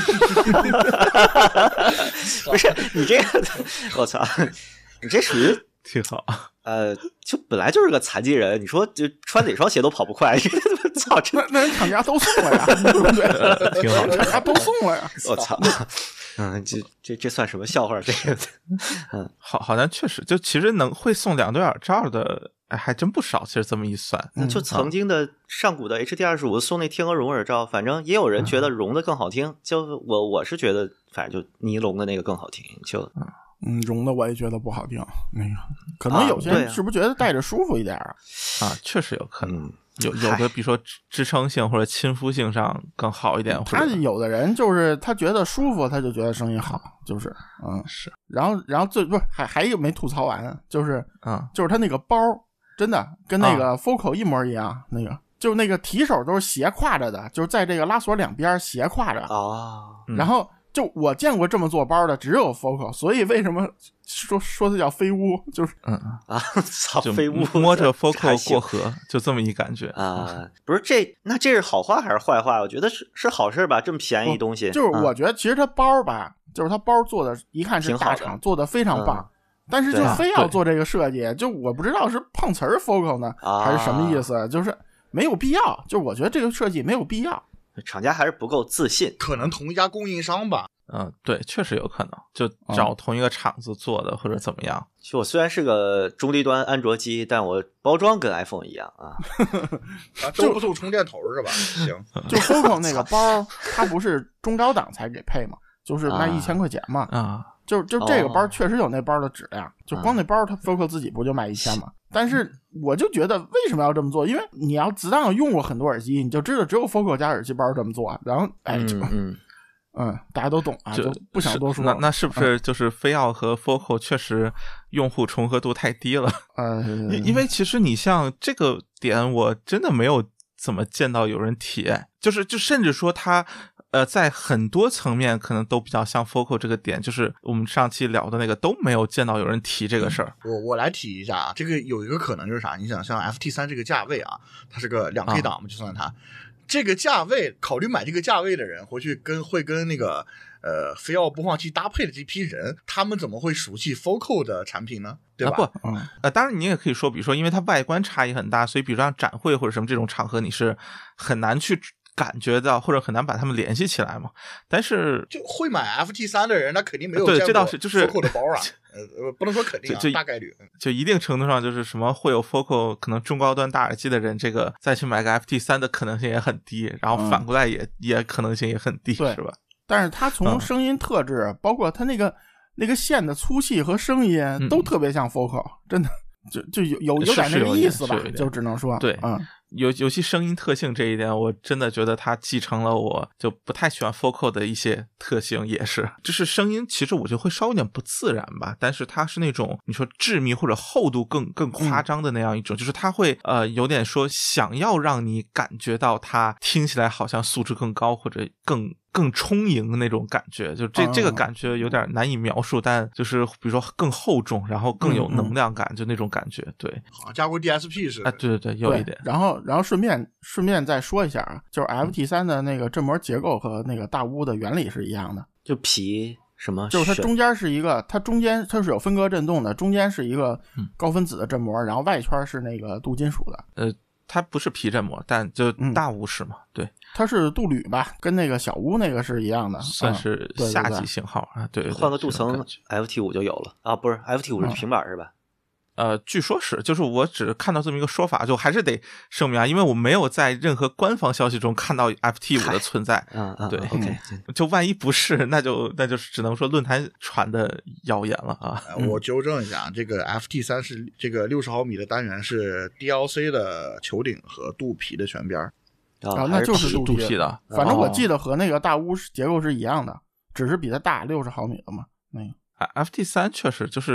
不是你这个，我操，你这属于挺好。 呃，就本来就是个残疾人，你说就穿哪双鞋都跑不快，操，这那那人厂家都送了呀，对不对？ 挺好厂家都送了呀。 我操，嗯，这这这算什么笑话？这个，嗯， 好，好像确实，就其实能会送两对耳罩的，哎，还真不少。其实这么一算， 那就曾经的上古的 H D 二十五送那天鹅绒耳罩，反正也有人觉得绒的更好听，就我我是觉得，反正就尼龙的那个更好听，就。 嗯，绒的我也觉得不好听，那个可能有些人是不是觉得戴着舒服一点啊？ 啊，确实有可能。 嗯有有的，比如说支支撑性或者亲肤性上更好一点。 他有的人就是他觉得舒服，他就觉得声音好，就是嗯是。 然后然后最不是还还有没吐槽完，就是嗯就是他那个包真的跟那个 Focal 一模一样，啊、那个就是那个提手都是斜挎着的，就是在这个拉锁两边斜挎着哦， 然后。就我见过这么做包的只有 Focal， 所以为什么说说它叫飞屋，就是嗯啊，操，飞屋摸着 Focal 过河，就这么一感觉啊。不是这，那这是好话还是坏话？我觉得是是好事吧，这么便宜东西。 就是我觉得其实它包吧，嗯、就是它包做的，一看是大厂做的非常棒，嗯、但是就非要做这个设计，就我不知道是碰瓷儿 Focal 呢， 啊、 还是什么意思，就是没有必要。就我觉得这个设计没有必要。 厂家还是不够自信， 可能同一家供应商吧。 嗯，对，确实有可能，就找同一个厂子做的、嗯、或者怎么样。 就我虽然是个中低端安卓机，但我包装跟 iPhone 一样啊。 啊，都不送充电头是吧？行， 就 Focal 那个包，它不是中高档才给配嘛，就是卖一千块钱嘛。 啊， 就就这个包确实有那包的质量，哦、就光那包它 Focal 自己不就卖一千嘛？但是我就觉得为什么要这么做？因为你要子弹用过很多耳机，你就知道只有 Focal 家耳机包这么做。然后哎，就嗯嗯。 嗯，大家都懂啊，就不想多说。 那那是不是就是飞奥和 Focal 确实用户重合度太低了？ 呃， 因为其实你像这个点，我真的没有怎么见到有人提，就是就甚至说它呃在很多层面可能都比较像 Focal 这个点，就是我们上期聊的那个都没有见到有人提这个事儿。 嗯、我我来提一下啊，这个有一个可能就是啥？你想像 F T 三 这个价位啊，它是个两 K 档嘛，就算它。这个价位，考虑买这个价位的人，回去跟会跟那个呃飞奥播放器搭配的这批人，他们怎么会熟悉 Focal 的产品呢？对吧？ 啊、不，嗯，呃，当然你也可以说，比如说，因为它外观差异很大，所以比如说像展会或者什么这种场合，你是很难去感觉到，或者很难把他们联系起来嘛。但是就会买 F T 三 的人，他肯定没有对， 见过这倒是就是 Focal 的包啊。呃，不能说肯定啊，大概率。 就一定程度上，就是什么会有 Focal 可能中高端大耳机的人，这个再去买个 F T 三 的可能性也很低，然后反过来也、嗯、也可能性也很低，是吧？ 但是它从声音特质，嗯、包括它那个那个线的粗细和声音，嗯、都特别像 Focal， 真的就就有有有点那个意思吧，就只能说对， 嗯。 尤尤其声音特性这一点，我真的觉得它继承了我就不太喜欢 Focal 的一些特性，也是，就是声音其实我就会稍微有点不自然吧，但是它是那种你说致密或者厚度更更夸张的那样一种，嗯、就是它会呃有点说想要让你感觉到它听起来好像素质更高或者更更充盈的那种感觉，就这、嗯、这个感觉有点难以描述，但就是比如说更厚重，然后更有能量感，嗯、就那种感觉，对， 好像加过 D S P 似的， 啊，对对对，有一点， 然后。然后顺便顺便再说一下啊，就是 F T 三 的那个振膜结构和那个大屋的原理是一样的， 就皮什么， 就是它中间是一个，它中间它是有分割振动的，中间是一个高分子的振膜，然后外圈是那个镀金属的。 呃，它不是皮振膜，但就大屋是嘛，嗯、对， 它是镀铝吧，跟那个小屋那个是一样的， 算是下级型号啊，对， 换个镀层 F T 五就有了啊，不是 F T 五是平板是吧？ 嗯呃，据说是，就是我只看到这么一个说法，就还是得声明啊，因为我没有在任何官方消息中看到 F T 五 的存在。 嗯嗯， 对 ，OK， 就万一不是，那就那就是只能说论坛传的谣言了啊。 我纠正一下，这个 F T 三 是这个六十毫米的单元是 D L C 的球顶和镀皮的全边啊，那就是镀皮的。 反正我记得和那个大屋结构是一样的，只是比它大六十毫米的嘛。那个 F T 三 确实就是。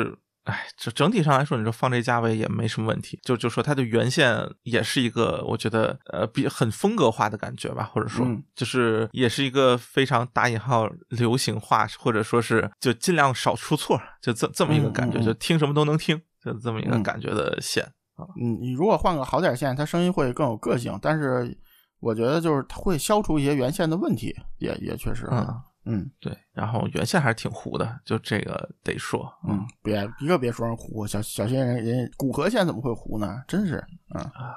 哎，这整体上来说，你说放这价位也没什么问题。就就说它的原线也是一个，我觉得呃比很风格化的感觉吧，或者说、嗯、就是也是一个非常打引号流行化，或者说是就尽量少出错，就这这么一个感觉、嗯嗯嗯，就听什么都能听，就这么一个感觉的线啊。 嗯，你如果换个好点线，它声音会更有个性，但是我觉得就是它会消除一些原线的问题，也也确实。 嗯嗯， 对，然后原线还是挺糊的，就这个得说， 嗯，别一个别说人糊，小小些人人骨骼线怎么会糊呢？真是，嗯啊。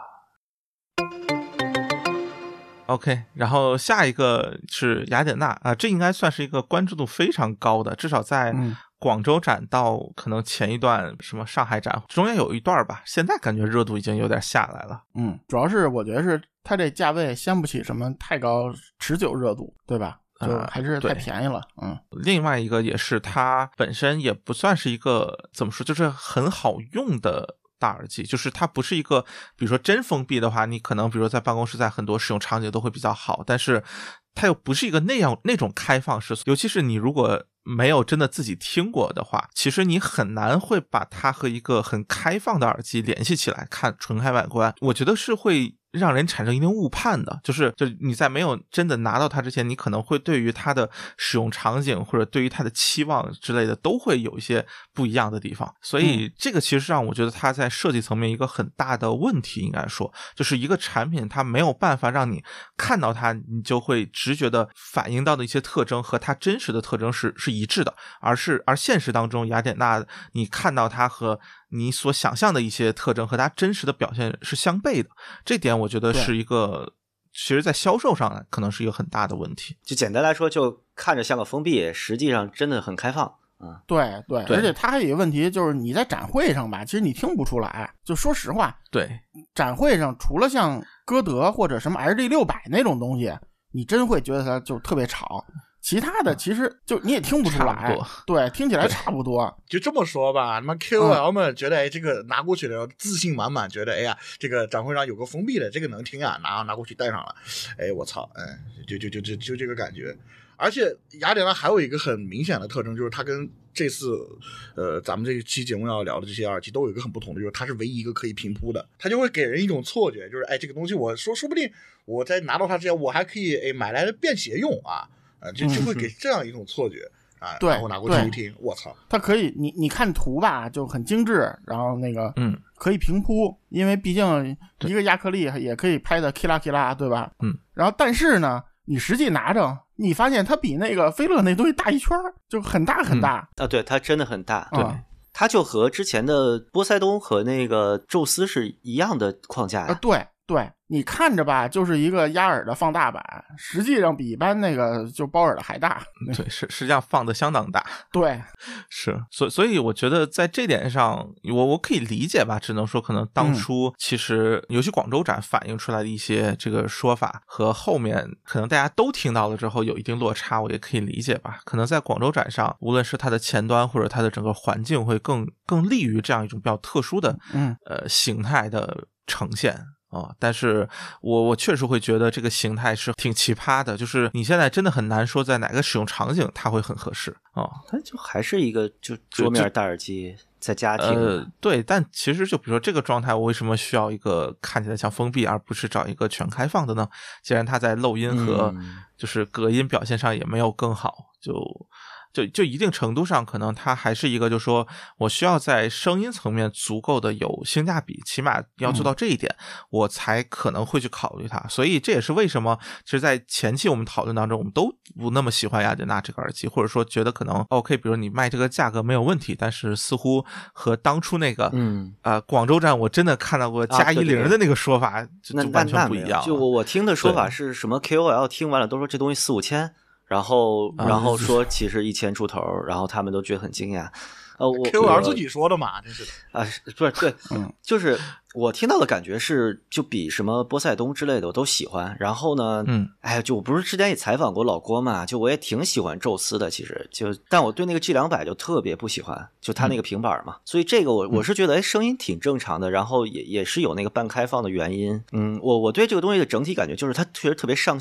OK， 然后下一个是雅典娜啊、呃，这应该算是一个关注度非常高的，至少在广州展到可能前一段什么上海展中间有一段吧，现在感觉热度已经有点下来了。 嗯，主要是我觉得是它这价位掀不起什么太高持久热度，对吧？就还是太便宜了、呃、嗯。 另外一个也是它本身也不算是一个怎么说，就是很好用的大耳机，就是它不是一个比如说真封闭的话，你可能比如说在办公室在很多使用场景都会比较好，但是它又不是一个那样那种开放式，尤其是你如果没有真的自己听过的话，其实你很难会把它和一个很开放的耳机联系起来看纯开外观，我觉得是会让人产生一定误判的，就是就你在没有真的拿到它之前，你可能会对于它的使用场景或者对于它的期望之类的都会有一些不一样的地方，所以这个其实让我觉得它在设计层面一个很大的问题，应该说就是一个产品它没有办法让你看到它，你就会直觉的反映到的一些特征和它真实的特征是是一致的，而是而现实当中雅典娜你看到它和你所想象的一些特征和它真实的表现是相悖的，这点我觉得是一个其实在销售上可能是一个很大的问题。 就简单来说，就看着像个封闭，实际上真的很开放。嗯， 对对，而且它还有一个问题，就是你在展会上吧，其实你听不出来。就说实话， 对， 展会上除了像歌德或者什么 L D 六百那种东西，你真会觉得它就特别吵。其他的其实就你也听不出来，对，听起来差不多。 就这么说吧，他妈 K O L 们觉得、嗯、哎，这个拿过去的自信满满，觉得哎呀，这个展会上有个封闭的，这个能听啊，拿拿过去带上了，哎，我操，哎，就就就就就这个感觉。而且雅典娜还有一个很明显的特征，就是它跟这次呃咱们这一期节目要聊的这些耳机都有一个很不同的，就是它是唯一一个可以平铺的，它就会给人一种错觉，就是哎，这个东西我说说不定我在拿到它之前，我还可以哎买来便携用啊。啊，就就会给这样一种错觉、嗯、啊， 对， 然后拿过去一听，我操， 它可以，你你看图吧，就很精致，然后那个， 嗯， 可以平铺，因为毕竟一个亚克力也可以拍的 Kila Kila， 对吧？ 嗯， 然后但是呢，你实际拿着，你发现它比那个飞乐那东西大一圈，就很大很大、 嗯、啊，对，它真的很大， 对。 嗯，它就和之前的波塞冬和那个宙斯是一样的框架呀、 啊。对对，你看着吧，就是一个压耳的放大版，实际上比一般那个就包耳的还大。 对，实实际上放的相当大。 对， 是，所所以我觉得在这点上，我我可以理解吧，只能说可能当初其实尤其广州展反映出来的一些这个说法和后面可能大家都听到了之后有一定落差，我也可以理解吧。可能在广州展上，无论是它的前端或者它的整个环境会更更利于这样一种比较特殊的嗯呃形态的呈现。啊、哦，但是我我确实会觉得这个形态是挺奇葩的，就是你现在真的很难说在哪个使用场景它会很合适啊、哦。 它就还是一个就桌面大耳机在家庭。 呃，对，但其实就比如说这个状态，我为什么需要一个看起来像封闭，而不是找一个全开放的呢？既然它在漏音和就是隔音表现上也没有更好，就。就就一定程度上可能它还是一个就是说我需要在声音层面足够的有性价比，起码要做到这一点、嗯、我才可能会去考虑它。所以这也是为什么其实在前期我们讨论当中我们都不那么喜欢雅典娜这个耳机，或者说觉得可能 OK 比如你卖这个价格没有问题，但是似乎和当初那个嗯呃广州站我真的看到过加一零的那个说法、啊、对对对就, 就完全不一样。 就我我听的说法是什么 K O L 听完了都说这东西四五千，然后然后说其实一千出头，然后他们都觉得很惊讶。呃，我 K O L 自己说的嘛，真是的啊，不是对，嗯，就是我听到的感觉是，就比什么波塞冬之类的我都喜欢。然后呢， 嗯， 哎，就我不是之前也采访过老郭嘛，就我也挺喜欢宙斯的，其实就，但我对那个 G 两百就特别不喜欢，就它那个平板嘛，嗯、所以这个我我是觉得，哎，声音挺正常的，然后也也是有那个半开放的原因。嗯，我我对这个东西的整体感觉就是它确实特别上相。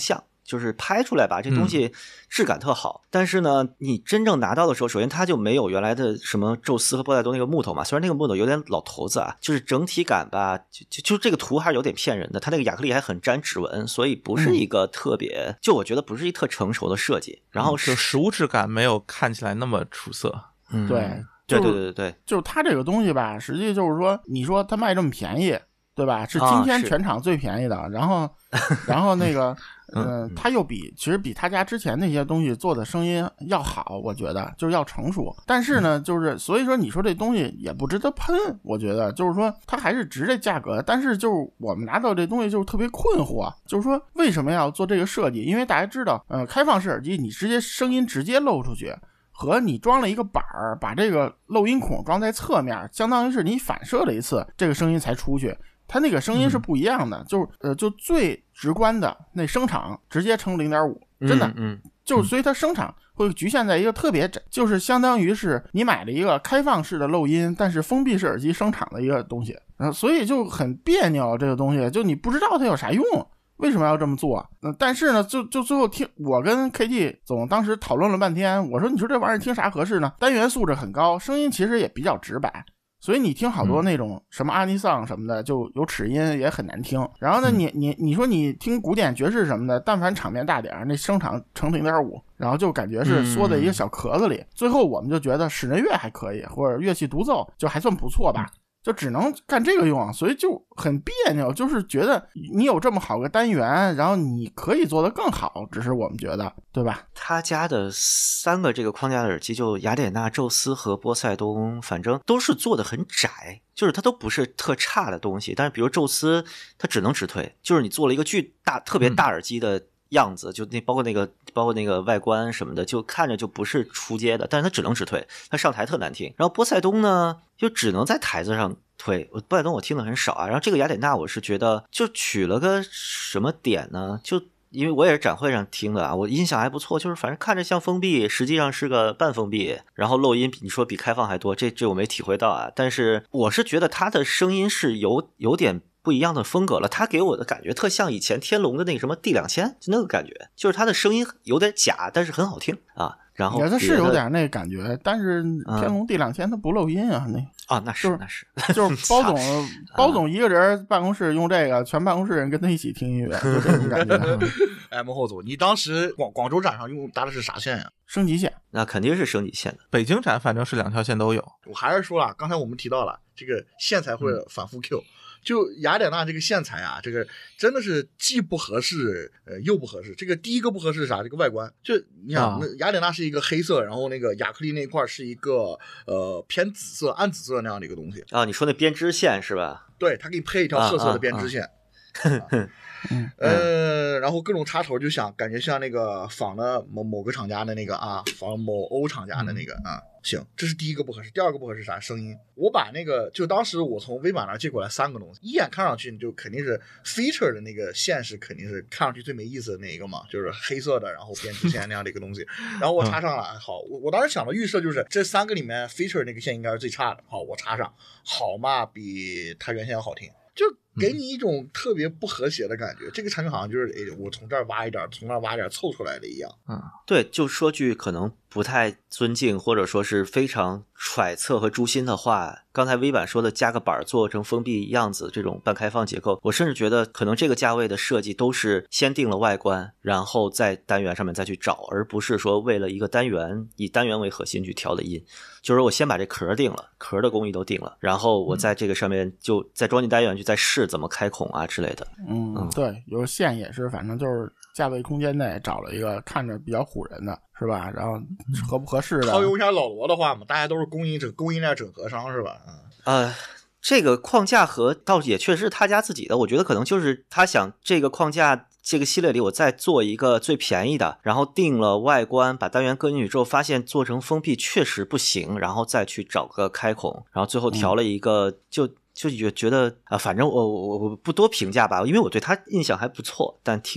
就是拍出来吧，这东西质感特好。嗯、但是呢，你真正拿到的时候，首先它就没有原来的什么宙斯和波塞冬那个木头嘛，虽然那个木头有点老头子啊，就是整体感吧，就就就这个图还是有点骗人的。它那个亚克力还很沾指纹，所以不是一个特别，嗯、就我觉得不是一特成熟的设计。然后就实物质感没有看起来那么出色。 嗯， 对。 对对对对， 就是它这个东西吧，实际就是说，你说它卖这么便宜，对吧？是今天全场最便宜的。啊、然后，然后那个，呃，它又比其实比他家之前那些东西做的声音要好，我觉得就是要成熟。但是呢，就是所以说你说这东西也不值得喷，我觉得就是说它还是值这价格。但是就是我们拿到这东西就是特别困惑，就是说为什么要做这个设计？因为大家知道，呃，开放式耳机你直接声音直接漏出去。和你装了一个板儿，把这个漏音孔装在侧面，相当于是你反射了一次，这个声音才出去。它那个声音是不一样的，嗯、就是呃，就最直观的那声场直接乘 零点五， 真的， 嗯，嗯就所以它声场会局限在一个特别窄，就是相当于是你买了一个开放式的漏音，但是封闭式耳机声场的一个东西，呃，所以就很别扭，这个东西就你不知道它有啥用。为什么要这么做？呃、但是呢，就就最后听我跟 K T 总当时讨论了半天，我说你说这玩意儿听啥合适呢？单元素质很高，声音其实也比较直白，所以你听好多那种什么阿尼桑什么的，就有齿音也很难听。然后呢，你你你说你听古典爵士什么的，但凡场面大点，那声场乘 零点五， 然后就感觉是缩在一个小壳子里。最后我们就觉得室内乐还可以，或者乐器独奏就还算不错吧。就只能干这个用，所以就很别扭，就是觉得你有这么好个单元，然后你可以做得更好，只是我们觉得，对吧？ 他家的三个这个框架的耳机，就雅典娜、宙斯和波塞冬，反正都是做的很窄，就是它都不是特差的东西。但是比如宙斯，它只能直推，就是你做了一个巨大、特别大耳机的样子，就那包括那个包括那个外观什么的，就看着就不是出街的，但是它只能直推，它上台特难听。然后波塞冬呢，就只能在台子上推，波塞冬我听的很少啊。然后这个雅典娜，我是觉得就取了个什么点呢？就因为我也是展会上听的啊，我印象还不错，就是反正看着像封闭，实际上是个半封闭，然后漏音你说比开放还多，这这我没体会到啊。但是我是觉得它的声音是有有点不一样的风格了，它给我的感觉特像以前天龙的那个什么 D 两千，就那个感觉，就是它的声音有点假，但是很好听啊。然后它是有点那感觉，但是天龙 D 两千它不漏音啊，那啊那是、就是、那是就是包总包总一个人办公室用这个，全办公室人跟他一起听音乐，就这种感觉。 哎，幕后组，你当时广广州展上用搭的是啥线呀？ 升级线， 那肯定是升级线的。 北京展反正是两条线都有。 我还是说了，刚才我们提到了这个线材会反复 Q。嗯，就雅典娜这个线材啊，这个真的是既不合适，呃，又不合适。这个第一个不合适是啥？这个外观，就你想，啊、那雅典娜是一个黑色，然后那个亚克力那块是一个呃偏紫色、暗紫色那样的一个东西啊。你说那编织线是吧？ 对，它给你配一条褐色的编织线。啊啊啊嗯呃，然后各种插头就想感觉像那个仿的某某个厂家的那个啊，仿某欧厂家的那个啊，行，这是第一个不合适。第二个不合适啥？声音。我把那个就当时我从微版那借过来三个东西，一眼看上去你就肯定是 feature 的那个线是肯定是看上去最没意思的那一个嘛，就是黑色的，然后编织线那样的一个东西。然后我插上了，好，我我当时想的预设就是这三个里面 feature 那个线应该是最差的，好，我插上，好嘛，比它原先要好听。就给你一种特别不和谐的感觉，嗯、这个产品好像就是哎，我从这儿挖一点，从那儿挖一点凑出来的一样。 嗯，对，就说句可能不太尊敬或者说是非常揣测和诛心的话，刚才微版说的加个板做成封闭样子这种半开放结构，我甚至觉得可能这个价位的设计都是先定了外观，然后在单元上面再去找，而不是说为了一个单元以单元为核心去调的音。就是我先把这壳定了，壳的工艺都定了，然后我在这个上面就再装进单元去再试怎么开孔啊之类的。 嗯，嗯对，有线也是，反正就是价位空间内找了一个看着比较唬人的，是吧？然后合不合适的。 套用一下老罗的话嘛，大家都是供应整供应链整合商，是吧？嗯。 呃，这个框架和倒也确实是他家自己的，我觉得可能就是他想这个框架。这个系列里我再做一个最便宜的，然后定了外观，把单元搁进去之后发现做成封闭确实不行，然后再去找个开孔，然后最后调了一个、嗯、就就觉得啊、呃，反正我我我不多评价吧，因为我对他印象还不错，但听的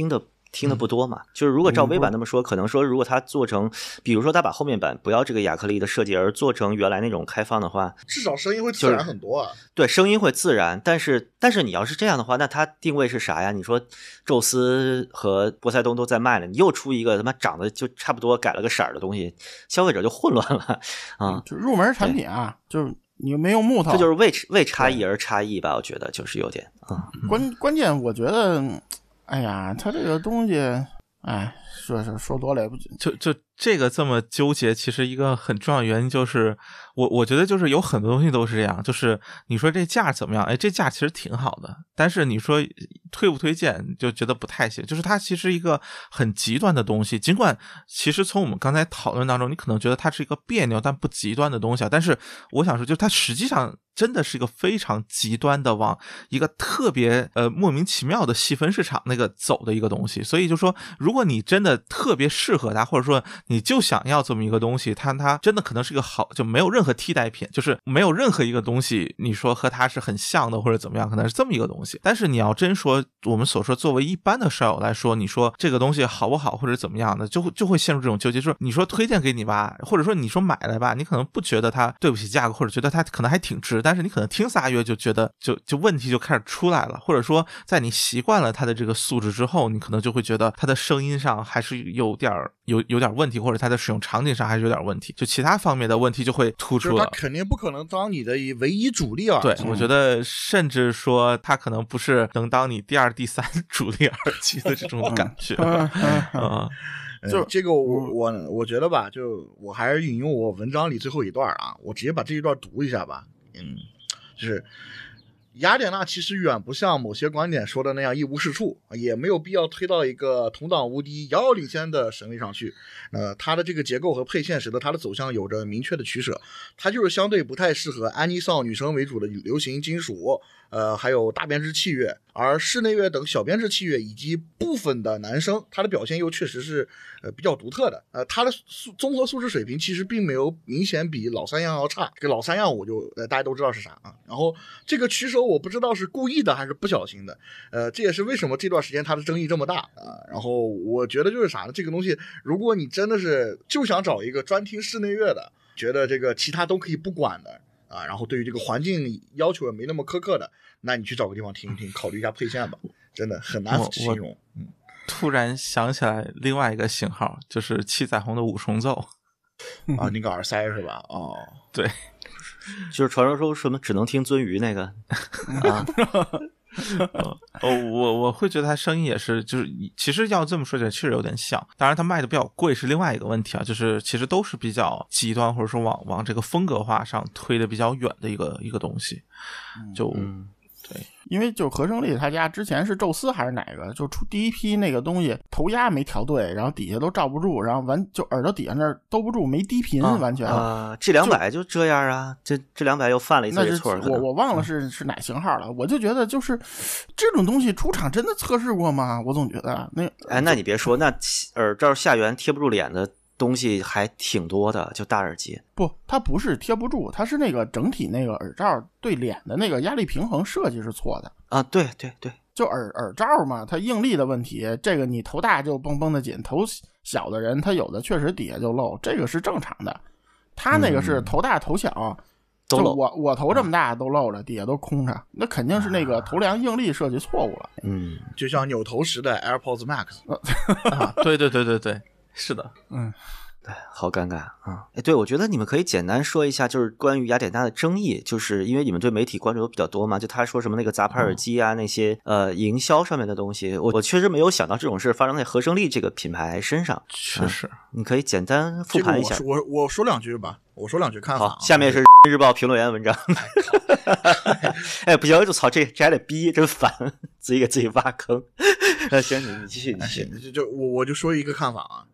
听的不多嘛。就是如果照微版那么说，可能说如果它做成，比如说它把后面板不要这个亚克力的设计，而做成原来那种开放的话， 至少声音会自然很多啊。 对，声音会自然，但是但是你要是这样的话，那它定位是啥呀？你说宙斯和波塞冬都在卖了，你又出一个他妈长得就差不多改了个色儿的东西，消费者就混乱了啊！ 就入门产品啊，就是你没用木头， 这就是为为差异而差异吧？我觉得就是有点啊、嗯。 关关键我觉得，哎呀，它这个东西，哎，说说说多了也不就就这个这么纠结，其实一个很重要的原因就是，我我觉得就是有很多东西都是这样，就是你说这价怎么样？哎，这价其实挺好的，但是你说推不推荐，就觉得不太行。就是它其实一个很极端的东西，尽管其实从我们刚才讨论当中，你可能觉得它是一个别扭但不极端的东西啊，但是我想说，就是它实际上真的是一个非常极端的往一个特别呃莫名其妙的细分市场那个走的一个东西。所以就说，如果你真的特别适合它，或者说你就想要这么一个东西，它它真的可能是一个好，就没有任何替代品，就是没有任何一个东西你说和它是很像的或者怎么样，可能是这么一个东西。但是你要真说我们所说作为一般的舍友来说，你说这个东西好不好或者怎么样的，就会就会陷入这种纠结，就是你说推荐给你吧，或者说你说买来吧，你可能不觉得它对不起价格，或者觉得它可能还挺值，但是你可能听仨月就觉得就就问题就开始出来了，或者说在你习惯了它的这个素质之后，你可能就会觉得它的声音上还是有点有有点问题，或者它的使用场景上还是有点问题，就其他方面的问题就会突出了。 它肯定不可能当你的唯一主力耳机。对，我觉得甚至说它可能不是能当你第二、第三主力耳机的这种感觉。 嗯，就这个我我我觉得吧，就我还是引用我文章里最后一段啊，我直接把这一段读一下吧。嗯，就是雅典娜其实远不像某些观点说的那样一无是处，也没有必要推到一个同档无敌、遥遥领先的神位上去。呃，它的这个结构和配线使得它的走向有着明确的取舍，它就是相对不太适合安妮丧女生为主的流行金属，呃，还有大编制器乐，而室内乐等小编制器乐以及部分的男声，它的表现又确实是呃比较独特的。呃，它的素综合素质水平其实并没有明显比老三样要差。这个老三样我就呃大家都知道是啥啊。然后这个取舍我不知道是故意的还是不小心的，呃，这也是为什么这段时间它的争议这么大啊。然后我觉得就是啥呢？这个东西，如果你真的是就想找一个专听室内乐的，觉得这个其他都可以不管的。啊，然后对于这个环境要求也没那么苛刻的，那你去找个地方听一听，考虑一下配线吧，真的很难形容。嗯， 突然想起来另外一个型号，就是七彩虹的五重奏啊，那个耳塞是吧？哦， 对， 就是传说中什么只能听鳟鱼那个啊。 哦，我我会觉得他声音也是，就是其实要这么说起来，确实有点像。当然，他卖的比较贵是另外一个问题啊，就是其实都是比较极端，或者说往往这个风格化上推的比较远的一个一个东西。就、嗯、对， 因为就合成力他家之前是宙斯还是哪个，就出第一批那个东西头压没调对，然后底下都罩不住，然后完就耳朵底下那儿兜不住，没低频，啊、完全啊 G 两百就这样啊，这 G 两百又犯了一次错。 我我忘了是、嗯、是哪型号了，我就觉得就是这种东西出厂真的测试过吗？我总觉得那哎，那你别说，那耳罩下缘贴不住脸的东西还挺多的，就大耳机。 不，它不是贴不住，它是那个整体那个耳罩对脸的那个压力平衡设计是错的啊！对对对， 就耳耳罩嘛，它应力的问题，这个你头大就绷绷的紧，头小的人他有的确实底下就漏，这个是正常的。他那个是头大头小， 嗯、 就我我头这么大都漏着，底下都空着，那肯定是那个头梁应力设计错误了。 嗯， 就像扭头时的 AirPods Max 啊，对对对对对。是的， 嗯， 对，好尴尬啊！哎，对，我觉得你们可以简单说一下，就是关于雅典娜的争议，就是因为你们对媒体关注都比较多嘛，就他说什么那个杂牌耳机啊，嗯、那些呃营销上面的东西，我我确实没有想到这种事发生在合成力这个品牌身上。 确实， 嗯、你可以简单复盘一下。 这个、我我我说两句吧，我说两句看法、啊。 好，下面是日报评论员文章。哎，不行，就操，这这还得逼，真烦，自己给自己挖坑。呃，行，你你继续，你继续。 就就我我就说一个看法啊，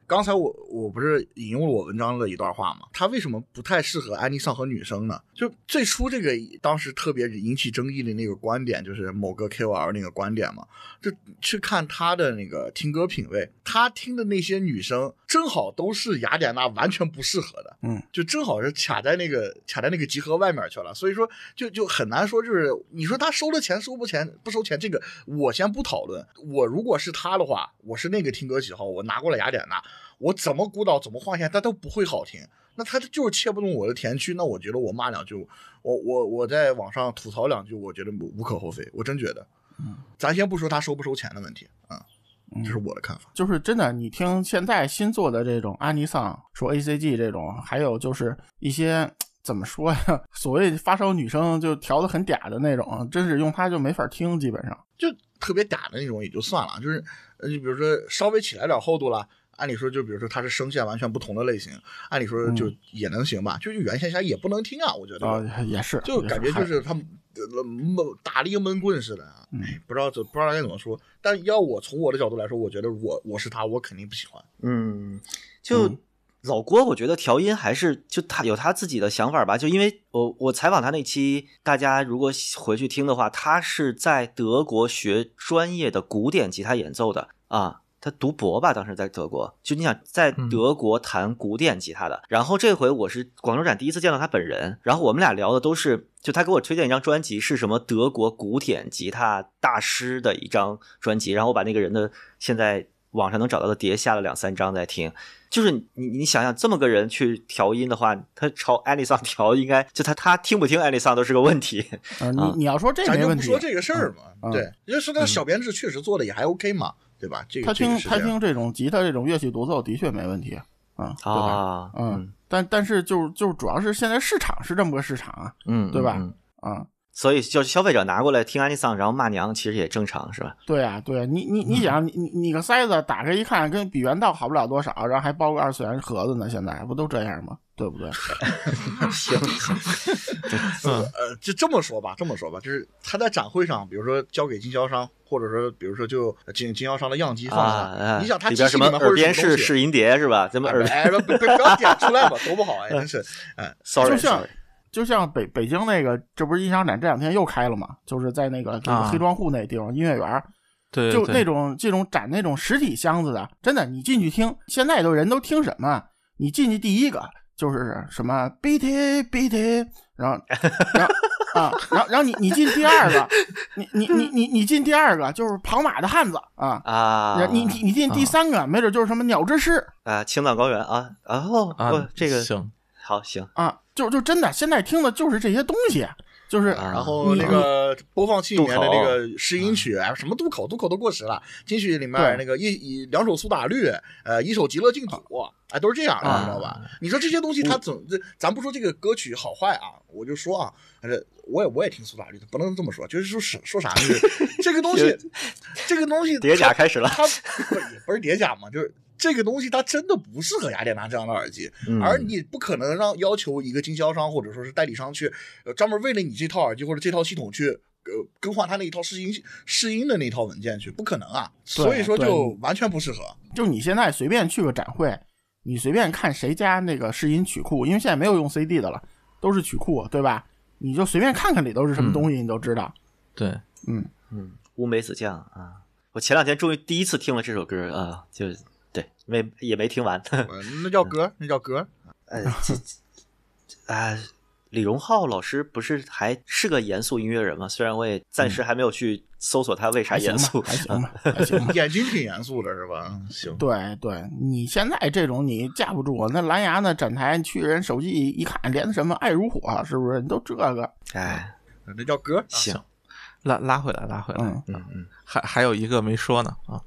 刚才我我不是引用了我文章的一段话吗？它为什么不太适合安妮桑和女生呢？就最初这个当时特别引起争议的那个观点，就是某个 K O L 那个观点嘛，就去看他的那个听歌品味，他听的那些女生正好都是雅典娜完全不适合的， 嗯， 就正好是卡在那个卡在那个集合外面去了，所以说就就很难说，就是你说他收了钱收不钱不收钱，这个我先不讨论。我如果是他的话，我是那个听歌喜好，我拿过来雅典娜，我怎么鼓捣怎么换线，他都不会好听。那他就是切不动我的甜区，那我觉得我骂两句，我我我在网上吐槽两句，我觉得无可厚非，我真觉得。嗯，咱先不说他收不收钱的问题啊。嗯，这是我的看法。 就是真的，你听现在新做的这种安妮桑说 A C G 这种，还有就是一些怎么说呀，所谓发烧女生就调得很嗲的那种，真是用它就没法听，基本上就特别嗲的那种也就算了，就是呃，就比如说稍微起来点厚度了。按理说，就比如说它是声线完全不同的类型，按理说就也能行吧，嗯、就是原线下也不能听啊，我觉得啊、呃、也是， 就感觉就是他们打了一个闷棍似的啊， 嗯、 不知道不知道该怎么说。但要我从我的角度来说，我觉得我我是他，我肯定不喜欢。 嗯，就。嗯老郭，我觉得调音还是就他有他自己的想法吧。就因为我我采访他那期，大家如果回去听的话，他是在德国学专业的古典吉他演奏的啊，他读博吧，当时在德国。就你想在德国弹古典吉他的，嗯、然后这回我是广州展第一次见到他本人，然后我们俩聊的都是，就他给我推荐一张专辑，是什么德国古典吉他大师的一张专辑，然后我把那个人的现在网上能找到的碟下了两三张在听。就是你你想想这么个人去调音的话，他朝安妮桑调应该就他他听不听安妮桑都是个问题。 啊、你你要说这没问题， 咱就不说这个事儿嘛，嗯、对，就说他小编制确实做的也还 OK 嘛，嗯、对吧？这个他听、 这个、 他听这种吉他这种乐器独奏的确没问题啊，对吧？ 啊、 嗯，嗯但但是就就主要是现在市场是这么个市场啊， 嗯， 对吧？ 嗯啊。 所以就是消费者拿过来听安妮桑然后骂娘其实也正常是吧？ 对啊对啊，你你你想、嗯、你你个塞子打开一看跟比原道好不了多少，然后还包个二次元盒子呢，现在不都这样吗？对不对？ 行行嗯呃就这么说吧这么说吧就是他在展会上比如说交给经销商，或者说比如说就经经销商的样机放在那、啊、你想他里边什么耳边式试音碟是吧？咱们耳哎不不不要点出来吧多不好哎真是哎 sorry 就像就像北北京那个，这不是音响展这两天又开了嘛？就是在那个那个黑庄户那地方、啊、音乐园， 对， 就那种这种展那种实体箱子的，真的，你进去听，现在都人都听什么？你进去第一个就是什么 beat it beat it， 然后然后啊，然后然后你你进第二个，你你你你你进第二个就是跑马的汉子啊啊， 你你你进第三个、啊、没准就是什么鸟之诗啊，青藏高原啊，然后啊这个行好行啊。就就真的现在听的就是这些东西，就是然后那个播放器里面的那个试音曲，哎，什么渡口，渡口都过时了。进去里面那个一一两首苏打绿，呃，一首极乐净土，哎，都是这样的，你知道吧？你说这些东西，它总这，咱不说这个歌曲好坏啊，我就说啊，还是我也我也听苏打绿的，不能这么说，就是说说啥呢？这个东西，这个东西叠甲开始了， 它不也不是叠甲嘛，就是。这个东西它真的不适合雅典娜这样的耳机、 嗯、 而你不可能让要求一个经销商或者说是代理商去呃专门为了你这套耳机或者这套系统去呃更换它那一套试音试音的那套文件去，不可能啊，所以说就完全不适合。 就你现在随便去个展会，你随便看谁家那个试音曲库，因为现在没有用 C D 的了，都是曲库，对吧？你就随便看看里都是什么东西、嗯、你都知道。 对， 嗯嗯，乌梅子酱啊，我前两天终于第一次听了这首歌啊，就对，没也没听完， 那叫歌，那叫歌。 呃，这啊，李荣浩老师不是还是个严肃音乐人吗？虽然我也暂时还没有去搜索他为啥严肃， 还行吧，还行吧， 眼睛挺严肃的是吧？行， 对对，你现在这种你架不住，那蓝牙呢展台去人手机一看，连什么爱如火，是不是？你都这个， 哎， 那叫歌。 行， 拉拉回来，拉回来， 嗯嗯嗯， 还还有一个没说呢啊。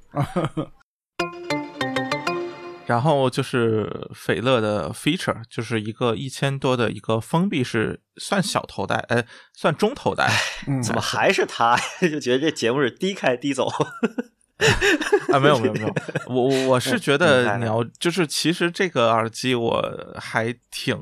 然后就是斐乐的 feature， 就是一个一千多的一个封闭式，算小头戴，哎，算中头戴。 嗯， 怎么还是他？就觉得这节目是低开低走。 啊，没有没有没有，我我是觉得你要就是其实这个耳机我还挺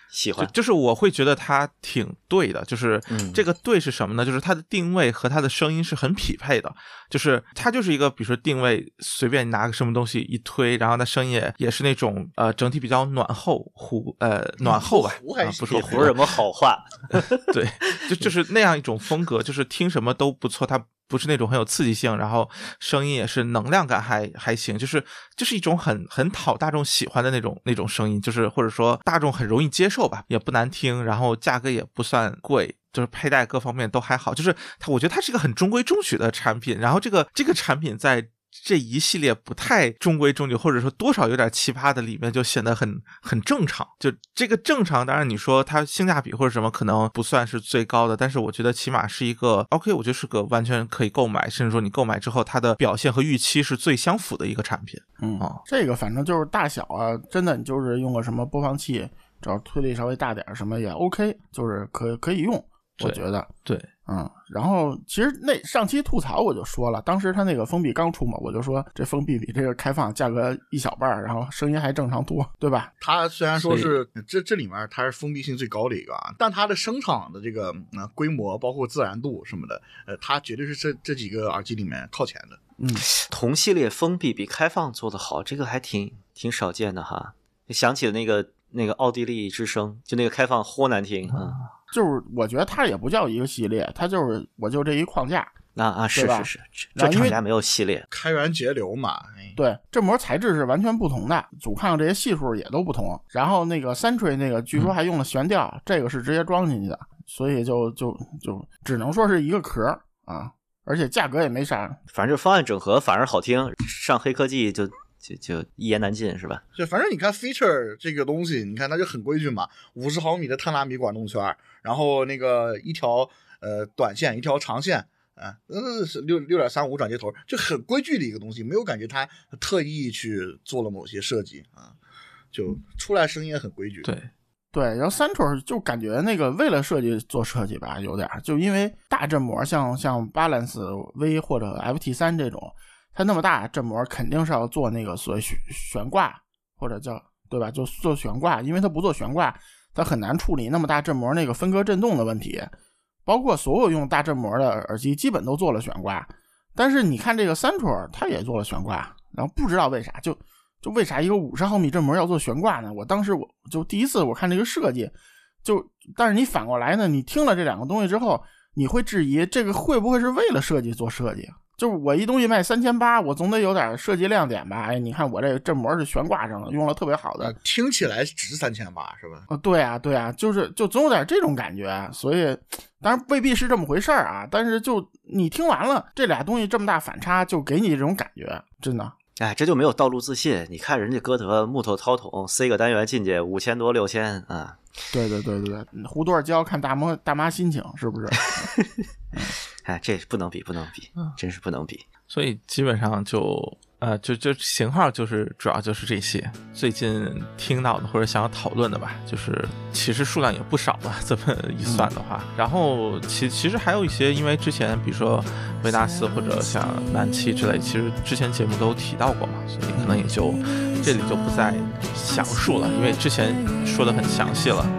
喜欢， 就就是我会觉得它挺对的，就是这个对是什么呢？就是它的定位和它的声音是很匹配的，就是它就是一个比如说定位随便拿个什么东西一推，然后它声音也也是那种呃整体比较暖厚糊呃暖厚吧， 糊还啊、不说不是什么好话， 对，就就是那样一种风格，就是听什么都不错，它不是那种很有刺激性，然后声音也是能量感还还行，就是就是一种很很讨大众喜欢的那种那种声音，就是或者说大众很容易接受吧，也不难听，然后价格也不算贵，就是佩戴各方面都还好，就是它我觉得它是一个很中规中矩的产品，然后这个这个产品在这一系列不太中规中矩或者说多少有点奇葩的里面就显得很很正常，就这个正常当然你说它性价比或者什么可能不算是最高的，但是我觉得起码是一个 OK， 我觉得是个完全可以购买，甚至说你购买之后它的表现和预期是最相符的一个产品。 嗯、 哦、 这个反正就是大小啊，真的你就是用个什么播放器，只要推力稍微大点什么也 OK， 就是可可以用，我觉得对。 嗯，然后其实那上期吐槽我就说了，当时他那个封闭刚出嘛，我就说这封闭比这个开放价格一小半，然后声音还正常多，对吧？ 它虽然说是这这里面它是封闭性最高的一个啊，但它的声场的这个、呃、规模包括自然度什么的，呃，它绝对是这这几个耳机里面靠前的。 嗯， 同系列封闭比开放做得好，这个还挺挺少见的哈。想起了那个那个奥地利之声，就那个开放豁难听啊。嗯就是我觉得它也不叫一个系列，它就是我就这一框架啊啊是是是，这厂家没有系列， 开源节流嘛。哎、 对，振膜材质是完全不同的，阻抗这些系数也都不同。然后那个三锤那个据说还用了悬吊，嗯、这个是直接装进去的，所以就就就只能说是一个壳啊，而且价格也没啥。 反正就方案整合反而好听，上黑科技就。就就一言难尽是吧？ 对，反正你看 feature 这个东西，你看它就很规矩嘛，五十毫米的特纳米管动圈，然后那个一条呃短线，一条长线，啊，呃六六点三五转接头，就很规矩的一个东西，没有感觉它特意去做了某些设计啊，就出来声音也很规矩。 对对，然后三锤就感觉那个为了设计做设计吧，有点就因为大振膜像像 Balance V 或者 F T 三 这种。它那么大振膜肯定是要做那个所谓悬挂或者叫对吧，就做悬挂，因为它不做悬挂它很难处理那么大振膜那个分割振动的问题，包括所有用大振膜的耳机基本都做了悬挂，但是你看这个三锤它也做了悬挂，然后不知道为啥就就为啥一个五十毫米振膜要做悬挂呢？我当时我就第一次我看这个设计就，但是你反过来呢，你听了这两个东西之后你会质疑这个会不会是为了设计做设计，就是我一东西卖三千八，我总得有点设计亮点吧？哎，你看我这个振膜是悬挂上的，用了特别好的， 呃、听起来值三千八是吧？ 哦，对啊，对啊，就是就总有点这种感觉，所以当然未必是这么回事啊，但是就你听完了这俩东西这么大反差，就给你这种感觉，真的。 哎，这就没有道路自信。你看人家哥德木头掏筒塞个单元进去五千多六千啊！ 对对对对对，胡多少胶看大妈大妈心情是不是？ 哎，这不能比，不能比，真是不能比。 所以基本上就呃，就就型号就是主要就是这些。最近听到的或者想要讨论的吧，就是其实数量也不少吧，这么一算的话。嗯、然后其其实还有一些，因为之前比如说维纳斯或者像南七之类，其实之前节目都提到过嘛，所以可能也就这里就不再详述了，因为之前说的很详细了。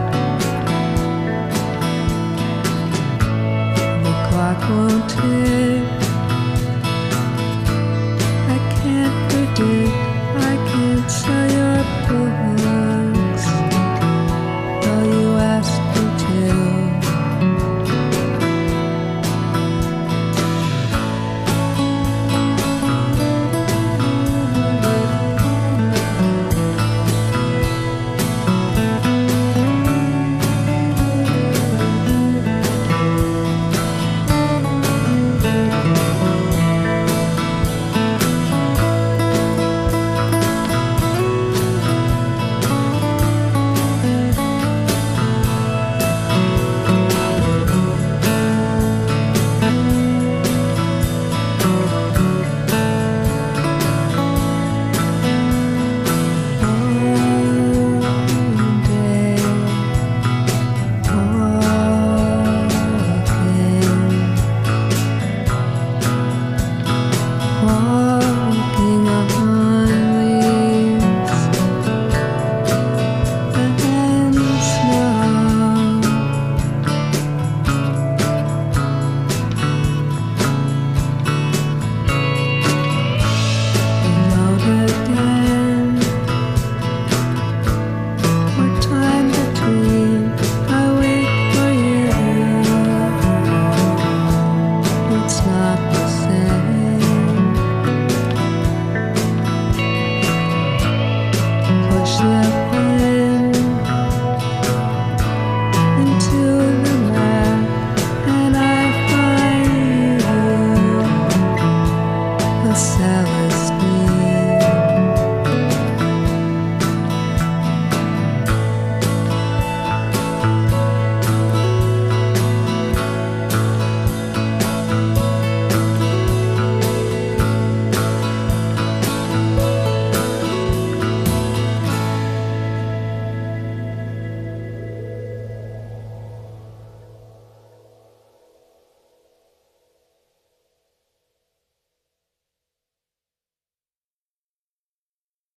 Won't take